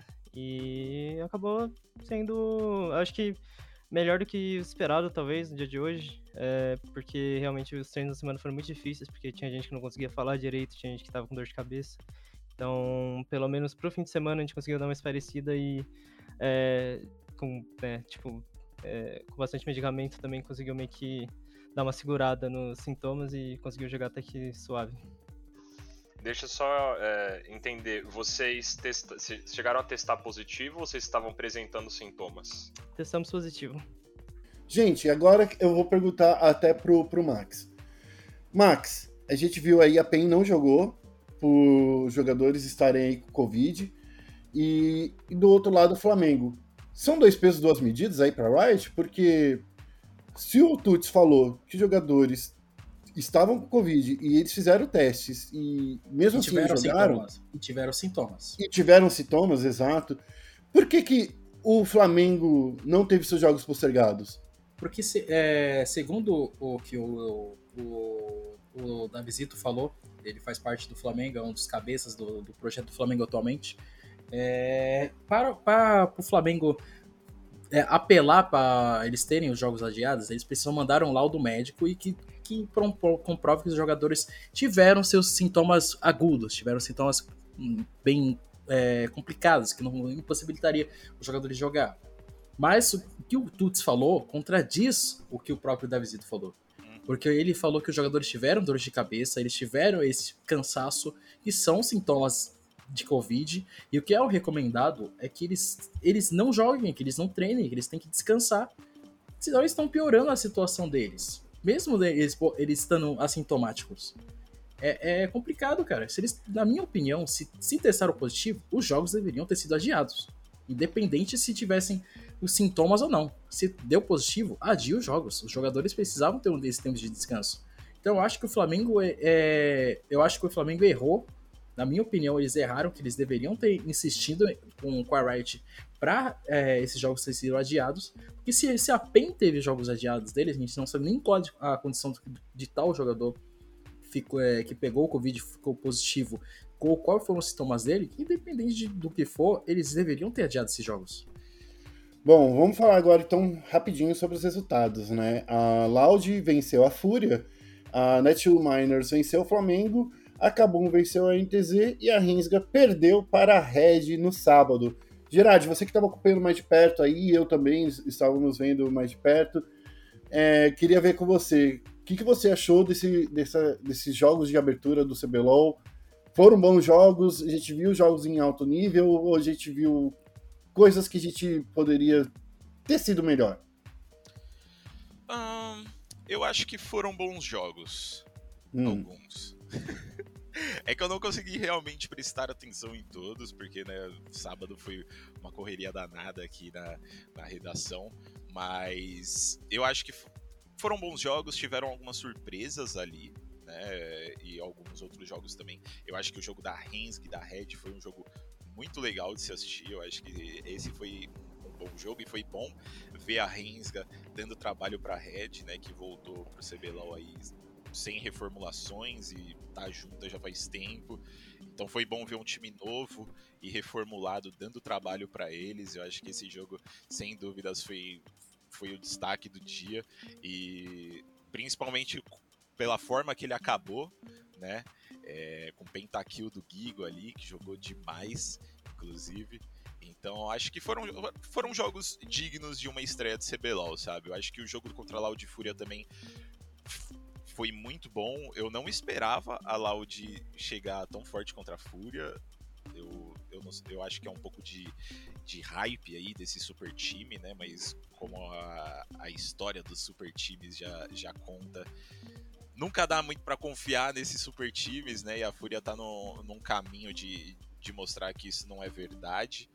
e acabou sendo, acho que, melhor do que esperado, talvez, no dia de hoje, é, porque realmente os treinos da semana foram muito difíceis, porque tinha gente que não conseguia falar direito, tinha gente que tava com dor de cabeça. Então, pelo menos pro fim de semana, a gente conseguiu dar uma esparecida e, é, com, é, tipo, é, com bastante medicamento também conseguiu meio que dar uma segurada nos sintomas e conseguiu jogar até que suave. Deixa eu só é, entender, vocês testa- chegaram a testar positivo ou vocês estavam apresentando sintomas? Testamos positivo. Gente, agora eu vou perguntar até pro, pro Max. Max, a gente viu aí a PEN não jogou, por jogadores estarem aí com Covid, e, e do outro lado o Flamengo. São dois pesos, duas medidas aí pra Riot, porque se o Tuts falou que jogadores estavam com Covid e eles fizeram testes e mesmo assim jogaram... Sintomas, e tiveram sintomas. E tiveram sintomas, exato. Por que que o Flamengo não teve seus jogos postergados? Porque, se, é, segundo o que o, o, o Davizito falou, ele faz parte do Flamengo, é um dos cabeças do, do projeto do Flamengo atualmente, é, para, para o Flamengo é, apelar para eles terem os jogos adiados, eles precisam mandar um laudo médico e que que comprove que os jogadores tiveram seus sintomas agudos, tiveram sintomas bem é, complicados, que não impossibilitaria os jogadores jogar. Mas o que o Tuts falou contradiz o que o próprio Davizito falou. Porque ele falou que os jogadores tiveram dores de cabeça, eles tiveram esse cansaço, que são sintomas de Covid, e o que é o recomendado é que eles, eles não joguem, que eles não treinem, que eles têm que descansar, senão eles estão piorando a situação deles. Mesmo eles, eles estando assintomáticos. É, é complicado, cara. Se eles, na minha opinião, se, se testaram positivo, os jogos deveriam ter sido adiados. Independente se tivessem os sintomas ou não. Se deu positivo, adia os jogos. Os jogadores precisavam ter um desses tempos de descanso. Então eu acho que o Flamengo é, é, eu acho que o Flamengo errou. Na minha opinião, eles erraram, que eles deveriam ter insistido com, com a Riot para é, esses jogos terem sido adiados. Porque se, se a PEN teve jogos adiados deles, a gente não sabe nem qual a condição de, de tal jogador ficou, é, que pegou o Covid, ficou positivo, qual, qual foram os sintomas dele, independente de, do que for, eles deveriam ter adiado esses jogos. Bom, vamos falar agora então rapidinho sobre os resultados, né? A Loud venceu a Fúria, a Netshoes venceu o Flamengo, a Kabum venceu a N T Z e a Rensga perdeu para a Red no sábado. Gerard, você que estava acompanhando mais de perto aí, eu também estávamos vendo mais de perto, é, queria ver com você, o que, que você achou desse, dessa, desses jogos de abertura do C B L O L? Foram bons jogos? A gente viu jogos em alto nível ou a gente viu coisas que a gente poderia ter sido melhor? Hum, eu acho que foram bons jogos. Hum. Alguns. É que eu não consegui realmente prestar atenção em todos, porque, né, sábado foi uma correria danada aqui na, na redação, mas eu acho que foram bons jogos, tiveram algumas surpresas ali, né? E alguns outros jogos também. Eu acho que o jogo da Hensg e da Red foi um jogo muito legal de se assistir. Eu acho que esse foi um bom jogo e foi bom ver a Hensga dando trabalho para a Red, né? Que voltou pro C B L O L aí sem reformulações e tá junta já faz tempo. Então foi bom ver um time novo e reformulado dando trabalho para eles. Eu acho que esse jogo, sem dúvidas, foi, foi o destaque do dia. E principalmente pela forma que ele acabou, né? É, com o pentakill do Gigo ali, que jogou demais, inclusive. Então acho que foram, foram jogos dignos de uma estreia de C B L O L, sabe? Eu acho que o jogo contra a Loud Fúria também foi muito bom. Eu não esperava a Loud chegar tão forte contra a Fúria. Eu, eu, não, eu acho que é um pouco de, de hype aí desse super time, né? Mas como a, a história dos super times já, já conta, nunca dá muito pra confiar nesses super times, né? E a Fúria tá no, num caminho de, de mostrar que isso não é verdade.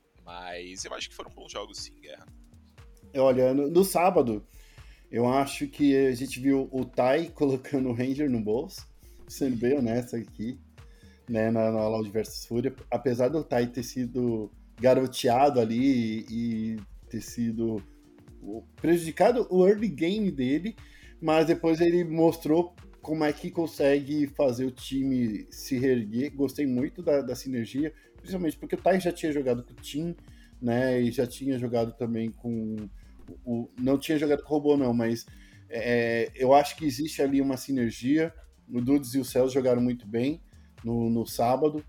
Mas eu acho que foram bons jogos, sim, Guerra. Olha, no, no sábado, eu acho que a gente viu o Tai colocando o Ranger no bolso, sendo bem honesto aqui, né, na, na Loud versus Fúria. Apesar do Tai ter sido garoteado ali e, e ter sido prejudicado o early game dele, mas depois ele mostrou como é que consegue fazer o time se reerguer. Gostei muito da, da sinergia, principalmente porque o Tai já tinha jogado com o Tim, né, e já tinha jogado também com o... Não tinha jogado com o Robô, não, mas é, eu acho que existe ali uma sinergia. O Dudes e o Cells jogaram muito bem no, no sábado.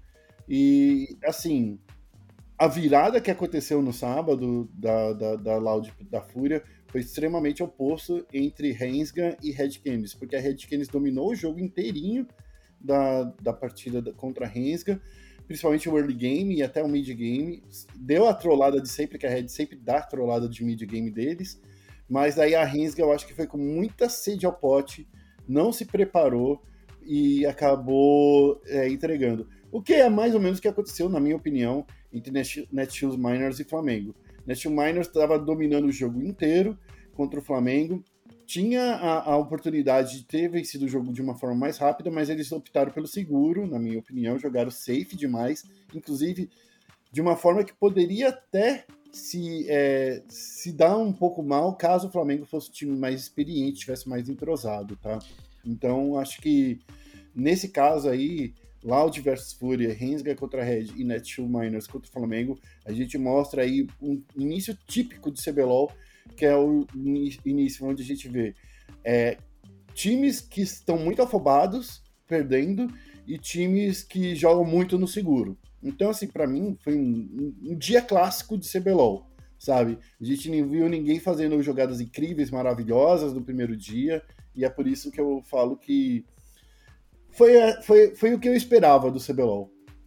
E, assim, a virada que aconteceu no sábado da, da, da Loud da Fúria foi extremamente oposto entre Hensga e Red Canids, porque a Red Canids dominou o jogo inteirinho da, da partida da, contra a Hensga, principalmente o early game e até o mid game. Deu a trollada de sempre, que a Red sempre dá a trollada de mid game deles, mas aí a Hensga eu acho que foi com muita sede ao pote, não se preparou e acabou é, entregando. O que é mais ou menos o que aconteceu, na minha opinião, entre Netshoes Miners e Flamengo. Netshoes Miners estava dominando o jogo inteiro contra o Flamengo, tinha a, a oportunidade de ter vencido o jogo de uma forma mais rápida, mas eles optaram pelo seguro, na minha opinião, jogaram safe demais, inclusive de uma forma que poderia até se, é, se dar um pouco mal caso o Flamengo fosse um time mais experiente, tivesse mais entrosado, tá? Então, acho que nesse caso aí, Loud versus Fúria, Hensga contra a Red e Netshoes Miners contra o Flamengo, a gente mostra aí um início típico de C B L O L, que é o início onde a gente vê é, times que estão muito afobados, perdendo, e times que jogam muito no seguro. Então, assim, para mim, foi um, um dia clássico de C B L O L, sabe? A gente não viu ninguém fazendo jogadas incríveis, maravilhosas no primeiro dia, e é por isso que eu falo que foi, foi, foi o que eu esperava do C B L O L.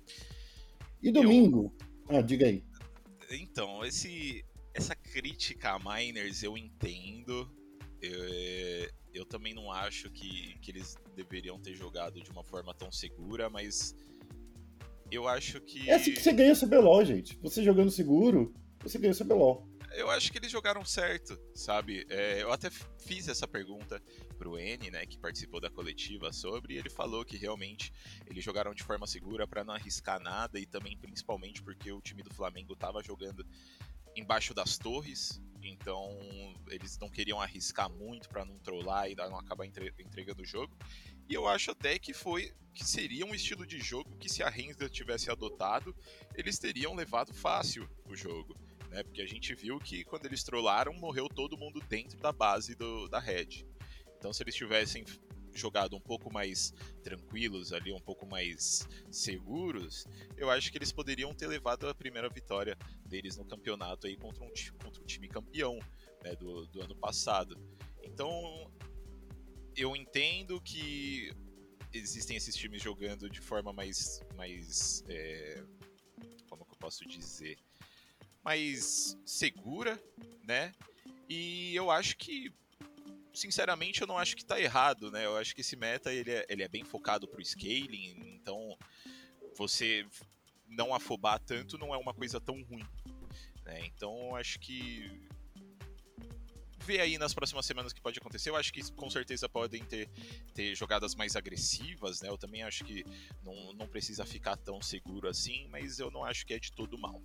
E domingo... Eu... Ah, diga aí. Então, esse... Essa crítica a Miners eu entendo, eu, eu também não acho que, que eles deveriam ter jogado de uma forma tão segura, mas eu acho que... É assim que você ganha o C B L O L, gente. Você jogando seguro, você ganha o C B L O L. Eu acho que eles jogaram certo, sabe? É, eu até fiz essa pergunta pro N, né, que participou da coletiva sobre, e ele falou que realmente eles jogaram de forma segura para não arriscar nada, e também principalmente porque o time do Flamengo estava jogando embaixo das torres, então eles não queriam arriscar muito para não trollar e não acabar entre, entregando o jogo. E eu acho até que foi que seria um estilo de jogo que, se a Hensga tivesse adotado, eles teriam levado fácil o jogo, né? Porque a gente viu que quando eles trollaram, morreu todo mundo dentro da base do, da Red. Então, se eles tivessem jogado um pouco mais tranquilos ali, um pouco mais seguros, eu acho que eles poderiam ter levado a primeira vitória deles no campeonato aí contra um, contra um time campeão, né, do, do ano passado. Então, eu entendo que existem esses times jogando de forma mais, mais é, como que eu posso dizer, mais segura, né, e eu acho que, sinceramente, eu não acho que tá errado, né? Eu acho que esse meta, ele é, ele é bem focado pro scaling, então você não afobar tanto não é uma coisa tão ruim, né? Então, eu acho que ver aí nas próximas semanas o que pode acontecer. Eu acho que com certeza podem ter, ter jogadas mais agressivas, né? Eu também acho que não, não precisa ficar tão seguro assim, mas eu não acho que é de todo mal.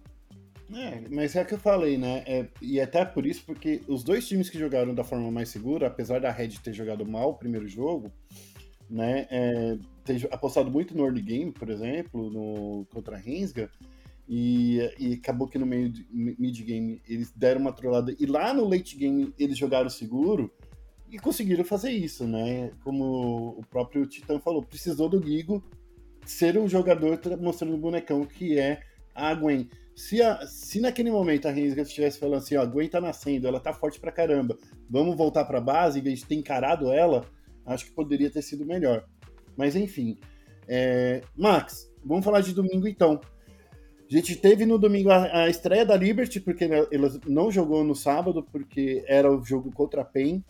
É, mas é o que eu falei, né? É, e até por isso, porque os dois times que jogaram da forma mais segura, apesar da Red ter jogado mal o primeiro jogo, né? É, ter apostado muito no early game, por exemplo, no, contra a Rensga, e, e acabou que no meio de mid game eles deram uma trollada, e lá no late game eles jogaram seguro e conseguiram fazer isso, né? Como o próprio Titã falou, precisou do Gigo ser um jogador mostrando o bonecão que é a Gwen. Se, a, se naquele momento a Rensga estivesse falando assim, ó, a Gwen tá nascendo, ela tá forte pra caramba, vamos voltar pra base, em vez de ter encarado ela, acho que poderia ter sido melhor. Mas enfim. É... Max, vamos falar de domingo então. A gente teve no domingo a, a estreia da Liberty, porque ela não jogou no sábado, porque era o jogo contra a PEN.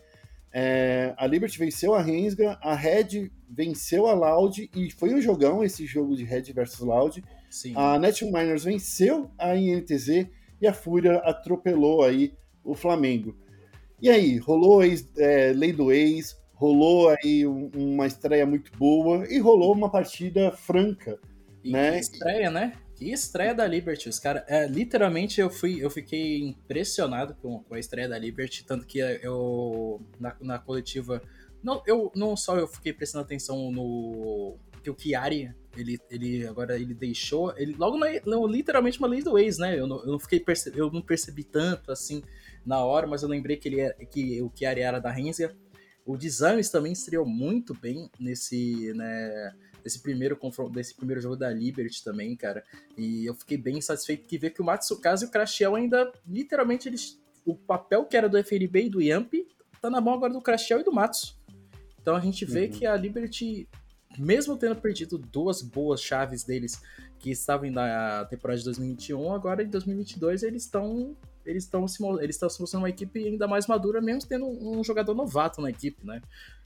É... A Liberty venceu a Rensga, a Red venceu a Loud, e foi um jogão esse jogo de Red versus Loud. Sim. A Nation Miners venceu a I N T Z e a Fúria atropelou aí o Flamengo. E aí, rolou é, lei do ex, rolou aí um, uma estreia muito boa e rolou uma partida franca, e né? Que estreia, né? Que estreia da Liberty. Os cara, é, literalmente eu fui, eu fiquei impressionado com, com a estreia da Liberty, tanto que eu na, na coletiva, não, eu não só eu fiquei prestando atenção no que o Chiari, ele, ele agora ele deixou, ele logo na, literalmente uma lei do ex, né? Eu não, eu não fiquei perce, eu não percebi tanto assim na hora, mas eu lembrei que ele era, que o Chiari era da Rensga. O Dizames também estreou muito bem nesse, né, nesse primeiro confronto, desse primeiro jogo da Liberty também, cara. E eu fiquei bem satisfeito de ver que o Matsukaze e o Crashiel ainda, literalmente, eles, o papel que era do F N B e do Yamp tá na mão agora do Crashiel e do Matsu. Então a gente vê uhum. que a Liberty, mesmo tendo perdido duas boas chaves deles que estavam na temporada de dois mil e vinte e um, agora em dois mil e vinte e dois eles estão eles estão se, eles estão se mostrando uma equipe ainda mais madura, mesmo tendo um jogador novato na equipe, né?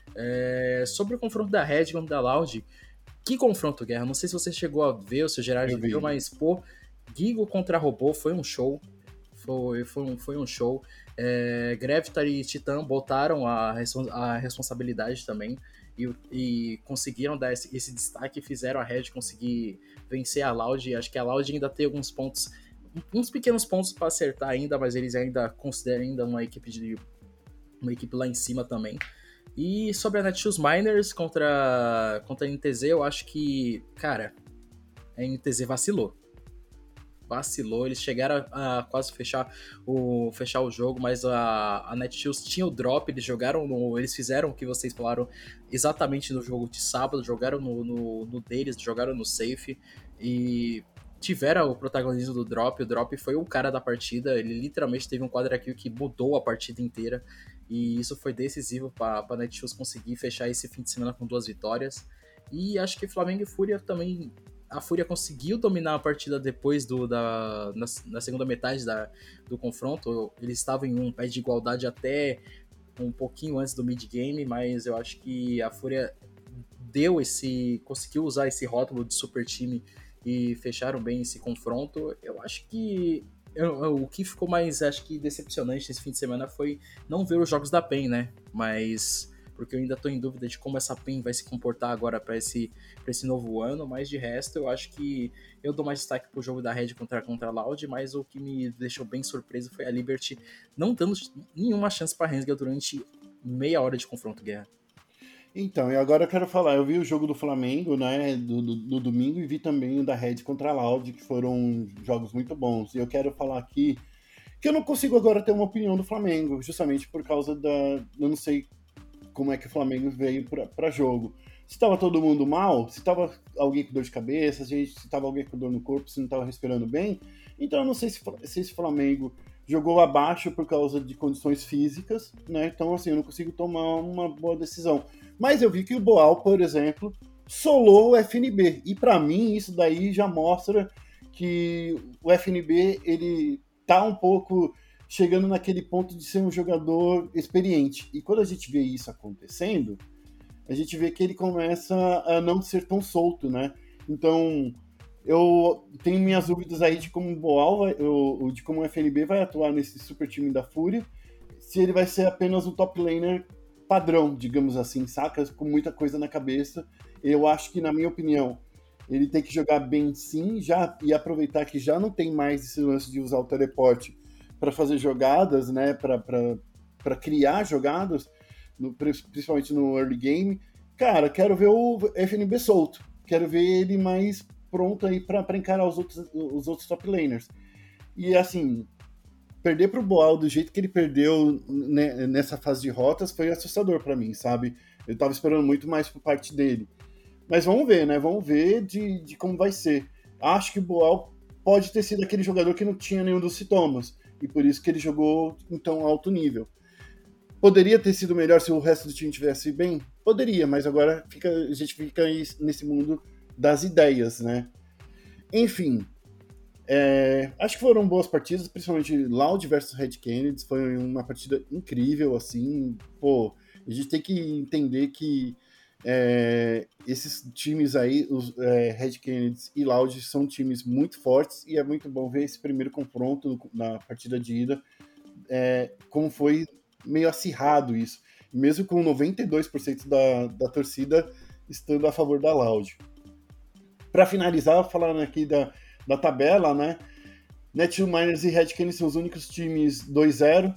É, sobre o confronto da Red contra da Loud, que confronto, Guerra? Não sei se você chegou a ver, ou se o Gerard viu, mas, pô, Gigo contra Robô foi um show. Foi, foi, um, foi um show. É, Gravitar e Titã botaram a, a responsabilidade também e, e conseguiram dar esse, esse destaque e fizeram a Red conseguir vencer a Loud. Acho que a Loud ainda tem alguns pontos, uns pequenos pontos para acertar ainda, mas eles ainda consideram ainda uma equipe de uma equipe lá em cima também. E sobre a Netshoes Miners contra, contra a N T Z, eu acho que, cara, a N T Z vacilou. Vacilou, eles chegaram a, a quase fechar o, fechar o jogo, mas a, a Netshoes tinha o drop, eles jogaram no, eles fizeram o que vocês falaram exatamente no jogo de sábado, jogaram no, no, no deles, jogaram no safe e tiveram o protagonismo do drop. O drop foi o cara da partida, ele literalmente teve um quadra kill que mudou a partida inteira, e isso foi decisivo para a Netshoes conseguir fechar esse fim de semana com duas vitórias. E acho que Flamengo e Fúria também, a Fúria conseguiu dominar a partida depois do, da, na, na segunda metade da, do confronto. Eles estavam em um pé de igualdade até um pouquinho antes do mid-game, mas eu acho que a Fúria deu esse, conseguiu usar esse rótulo de super time e fecharam bem esse confronto. Eu acho que eu, eu, o que ficou mais, acho que, decepcionante esse fim de semana foi não ver os jogos da PEN, né? Mas porque eu ainda estou em dúvida de como essa PEN vai se comportar agora para esse, pra esse novo ano, mas de resto eu acho que eu dou mais destaque pro jogo da Red contra, contra a Loud, mas o que me deixou bem surpreso foi a Liberty não dando nenhuma chance para a Rensga durante meia hora de confronto, Guerra. Então, e agora eu quero falar, eu vi o jogo do Flamengo, né, do, do, do domingo, e vi também o da Red contra a Loud, que foram jogos muito bons. E eu quero falar aqui que eu não consigo agora ter uma opinião do Flamengo, justamente por causa da... eu não sei como é que o Flamengo veio para jogo. Se estava todo mundo mal, se estava alguém com dor de cabeça, se estava alguém com dor no corpo, se não estava respirando bem, então eu não sei se, se esse Flamengo jogou abaixo por causa de condições físicas, né? Então, assim, eu não consigo tomar uma boa decisão. Mas eu vi que o Boal, por exemplo, solou o F N B. E para mim, isso daí já mostra que o F N B, ele tá um pouco chegando naquele ponto de ser um jogador experiente. E quando a gente vê isso acontecendo, a gente vê que ele começa a não ser tão solto, né? Então, eu tenho minhas dúvidas aí de como o Boal, vai, eu, de como o F N B vai atuar nesse super time da Fúria. se ele vai ser apenas um top laner padrão, digamos assim, saca? Com muita coisa na cabeça. Eu acho que, na minha opinião, ele tem que jogar bem sim, já, e aproveitar que já não tem mais esse lance de usar o teleporte para fazer jogadas, né? Para criar jogadas, no, principalmente no early game. Cara, quero ver o F N B solto. Quero ver ele mais pronto aí para encarar os outros, os outros top laners. E assim, perder pro Boal do jeito que ele perdeu, né, nessa fase de rotas foi assustador para mim, sabe? Eu tava esperando muito mais por parte dele. Mas vamos ver, né? Vamos ver de, de como vai ser. Acho que o Boal pode ter sido aquele jogador que não tinha nenhum dos sintomas. E por isso que ele jogou em tão alto nível. Poderia ter sido melhor se o resto do time tivesse bem? Poderia, mas agora fica, a gente fica nesse mundo das ideias, né? Enfim, é, acho que foram boas partidas, principalmente Loud versus Red Kennedy. Foi uma partida incrível, assim. Pô, a gente tem que entender que é, esses times aí, os é, Red Kennedy e Loud, são times muito fortes e é muito bom ver esse primeiro confronto na partida de ida, é, como foi meio acirrado isso, mesmo com noventa e dois por cento da, da torcida estando a favor da Loud. Para finalizar, falando aqui da, da tabela, né? Netshoes Miners e Red Kennedy são os únicos times dois zero,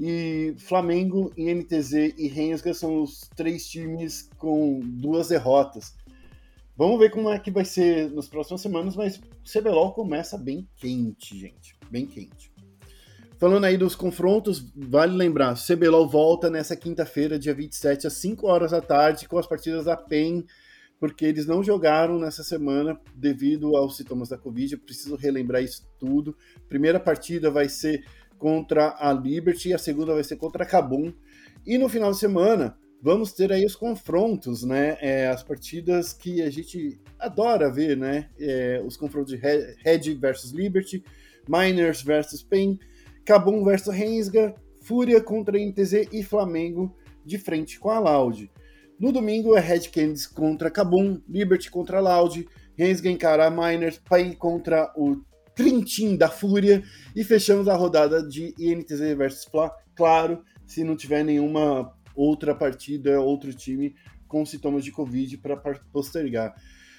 e Flamengo, I N T Z e Rensga são os três times com duas derrotas. Vamos ver como é que vai ser nas próximas semanas, mas o C B L O L começa bem quente, gente, bem quente. Falando aí dos confrontos, vale lembrar, o C B L O L volta nessa quinta-feira, dia vinte e sete, às cinco horas da tarde, com as partidas da P E N, porque eles não jogaram nessa semana devido aos sintomas da Covid. Eu preciso relembrar isso tudo. Primeira partida vai ser contra a Liberty e a segunda vai ser contra a Kabum. E no final de semana, vamos ter aí os confrontos, né? É, as partidas que a gente adora ver, né? É, os confrontos de Red versus Liberty, Miners versus P E N, Kabum versus Rensga, Fúria contra N T Z e Flamengo de frente com a Loud. No domingo é Red Kennedy contra Kabum, Liberty contra Loud, Rensga encara a Miners, P E N contra o Trintim da Fúria, e fechamos a rodada de I N T Z versus Fla, claro, se não tiver nenhuma outra partida, outro time com sintomas de Covid para postergar.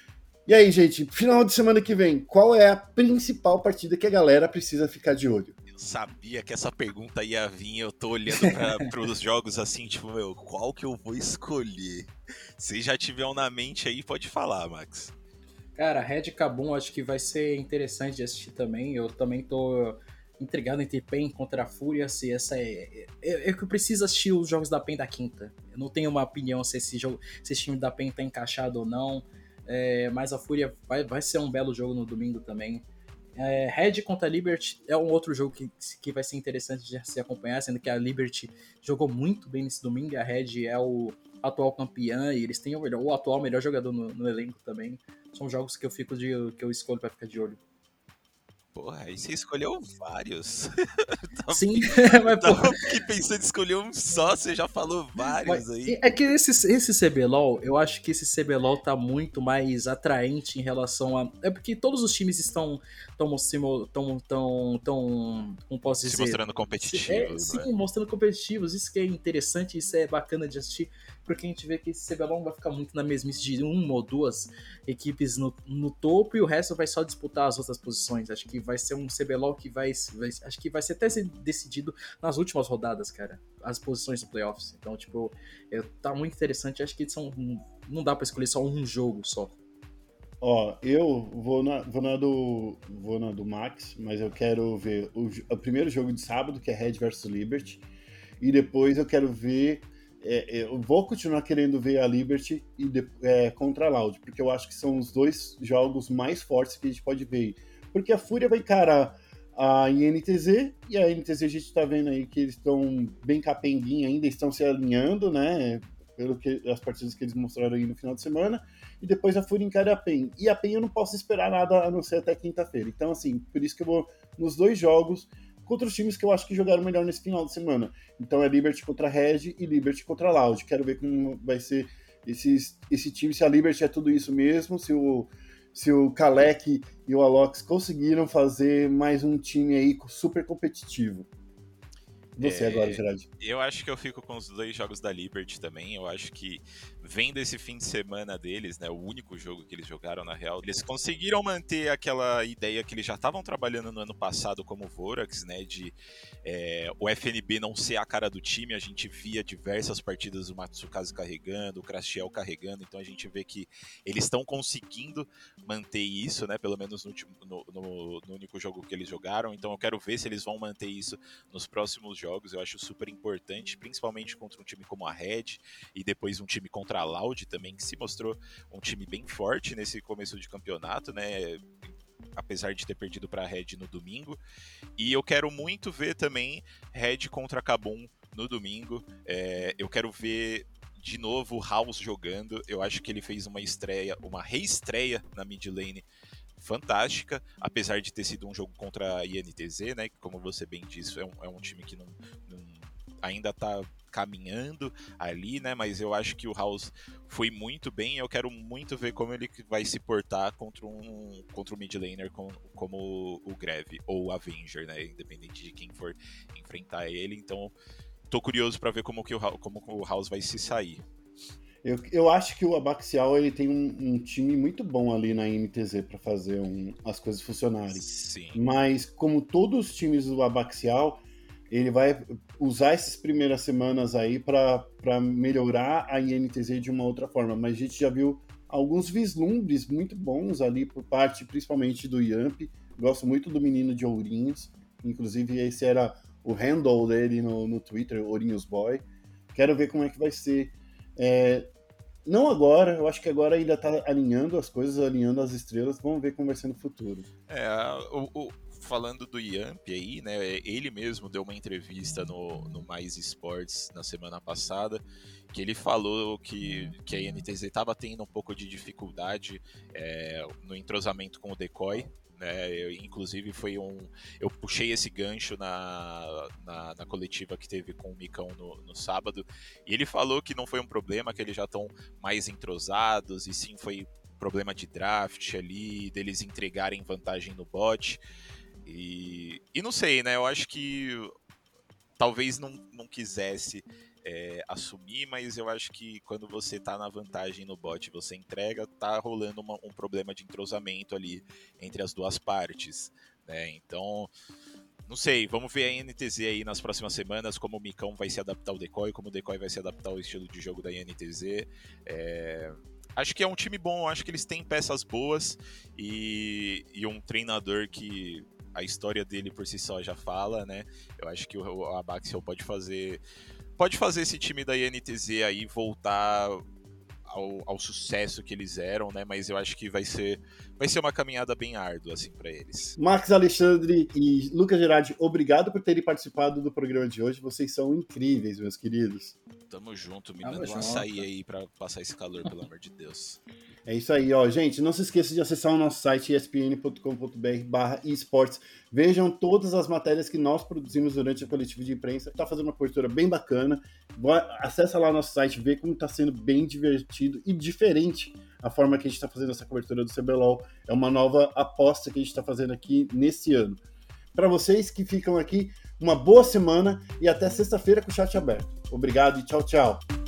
E aí, gente, final de semana que vem, qual é a principal partida que a galera precisa ficar de olho? Eu sabia que essa pergunta ia vir, eu tô olhando para os jogos assim, tipo, meu, qual que eu vou escolher? Se já tiver um na mente aí, pode falar, Max. Cara, Red Kabum acho que vai ser interessante de assistir também. Eu também tô intrigado entre P E N contra a Fúria, se essa é... É, é que eu preciso assistir os jogos da P E N da quinta. Eu não tenho uma opinião se esse, jogo, se esse time da P E N tá encaixado ou não, é, mas a Fúria vai, vai ser um belo jogo no domingo também. É, Red contra a Liberty é um outro jogo que, que vai ser interessante de se acompanhar, sendo que a Liberty jogou muito bem nesse domingo, e a Red é o atual campeã, e eles têm o, melhor, o atual melhor jogador no, no elenco também. São jogos que eu fico de, que eu escolho pra ficar de olho. Porra, aí você escolheu vários. Sim, mas porra. Que pensando em escolher um só, você já falou vários mas, aí. É que esse, esse C B L O L, eu acho que esse C B L O L tá muito mais atraente em relação a... É porque todos os times estão tão, tão, tão, tão como posso dizer... Se mostrando competitivos. É, né? Sim, mostrando competitivos. Isso que é interessante, isso é bacana de assistir, porque a gente vê que esse C B L O L vai ficar muito na mesmice de uma ou duas equipes no, no topo, e o resto vai só disputar as outras posições. Acho que vai ser um C B L O L que vai, vai acho que vai ser até ser decidido nas últimas rodadas, cara, as posições do playoffs. Então, tipo, é, tá muito interessante. Acho que são, não dá pra escolher só um jogo só. Ó, eu vou na, vou na do vou na do Max, mas eu quero ver o, o primeiro jogo de sábado, que é Red versus Liberty, e depois eu quero ver É, eu vou continuar querendo ver a Liberty e de, é, contra a Loud, porque eu acho que são os dois jogos mais fortes que a gente pode ver. Porque a Fúria vai encarar a I N T Z, e a I N T Z a gente tá vendo aí que eles estão bem capenguinha ainda, estão se alinhando, né, pelo que as partidas que eles mostraram aí no final de semana, e depois a Fúria encara a P E N. E a P E N eu não posso esperar nada a não ser até quinta-feira. Então, assim, por isso que eu vou nos dois jogos contra os times que eu acho que jogaram melhor nesse final de semana. Então é Liberty contra a Red e Liberty contra a Loud. Quero ver como vai ser esses, esse time, se a Liberty é tudo isso mesmo, se o, se o Kalec e o Alox conseguiram fazer mais um time aí super competitivo. Você é... agora, Gerard. Eu acho que eu fico com os dois jogos da Liberty também. Eu acho que vem desse fim de semana deles, né? O único jogo que eles jogaram, na real. Eles conseguiram manter aquela ideia que eles já estavam trabalhando no ano passado como Vorax, né? De é, o F N B não ser a cara do time. A gente via diversas partidas do Matsukaze carregando, o Crashiel carregando. Então a gente vê que eles estão conseguindo manter isso, né? Pelo menos no, no, no, no único jogo que eles jogaram. Então eu quero ver se eles vão manter isso nos próximos jogos. Eu acho super importante, principalmente contra um time como a Red e depois um time contra a Loud também, que se mostrou um time bem forte nesse começo de campeonato, né? Apesar de ter perdido para a Red no domingo. E eu quero muito ver também Red contra Kabum no domingo. É, eu quero ver de novo o House jogando. Eu acho que ele fez uma estreia, uma reestreia na mid lane fantástica, apesar de ter sido um jogo contra a I N T Z, né? Que, como você bem disse, é um, é um time que não, não, ainda tá caminhando ali, né? Mas eu acho que o House foi muito bem. Eu quero muito ver como ele vai se portar contra um, contra um mid laner com, como o Greve ou o Avenger, né? Independente de quem for enfrentar ele. Então, tô curioso para ver como, que o, como o House vai se sair. Eu, eu acho que o Abaxial ele tem um, um time muito bom ali na N T Z para fazer um, as coisas funcionarem. Sim. Mas, como todos os times do Abaxial, ele vai usar essas primeiras semanas aí para melhorar a I N T Z de uma outra forma. Mas a gente já viu alguns vislumbres muito bons ali por parte, principalmente do Yamp. Gosto muito do menino de Ourinhos. Inclusive, esse era o handle dele no, no Twitter, Ourinhos Boy. Quero ver como é que vai ser. É, não agora, eu acho que agora ainda tá alinhando as coisas, alinhando as estrelas, vamos ver como vai ser no futuro. É, o, o, falando do Yamp aí, né, ele mesmo deu uma entrevista no, no Mais Esports na semana passada, que ele falou que, que a N T Z estava tendo um pouco de dificuldade é, no entrosamento com o Decoy. Né, eu, inclusive foi um. Eu puxei esse gancho na, na, na coletiva que teve com o Micão no, no sábado, e ele falou que não foi um problema, que eles já estão mais entrosados, e sim foi problema de draft ali, deles entregarem vantagem no bot. E, e não sei, né? Eu acho que talvez não, não quisesse É, assumir, mas eu acho que quando você tá na vantagem no bot, você entrega, tá rolando uma, um problema de entrosamento ali entre as duas partes, né? Então, não sei, vamos ver a N T Z aí nas próximas semanas, como o Micão vai se adaptar ao Decoy, como o Decoy vai se adaptar ao estilo de jogo da N T Z. É... Acho que é um time bom, acho que eles têm peças boas e, e um treinador que a história dele por si só já fala, né? Eu acho que o, o Abaxial pode fazer pode fazer esse time da I N T Z aí voltar ao, ao sucesso que eles eram, né? Mas eu acho que vai ser, vai ser uma caminhada bem árdua, assim, para eles. Max Alexandre e Lucas Gerardi, obrigado por terem participado do programa de hoje. Vocês são incríveis, meus queridos. Tamo junto, me Tamo manda um junto. açaí aí pra passar esse calor, pelo amor de Deus. É isso aí, ó. Gente, não se esqueça de acessar o nosso site e s p n ponto com ponto b r barra esportes. Vejam todas as matérias que nós produzimos durante a coletiva de imprensa. Tá fazendo uma cobertura bem bacana. Acessa lá o nosso site, vê como tá sendo bem divertido e diferente a forma que a gente tá fazendo essa cobertura do C B L O L. É uma nova aposta que a gente tá fazendo aqui nesse ano. Para vocês que ficam aqui, uma boa semana e até sexta-feira com o chat aberto. Obrigado e tchau, tchau.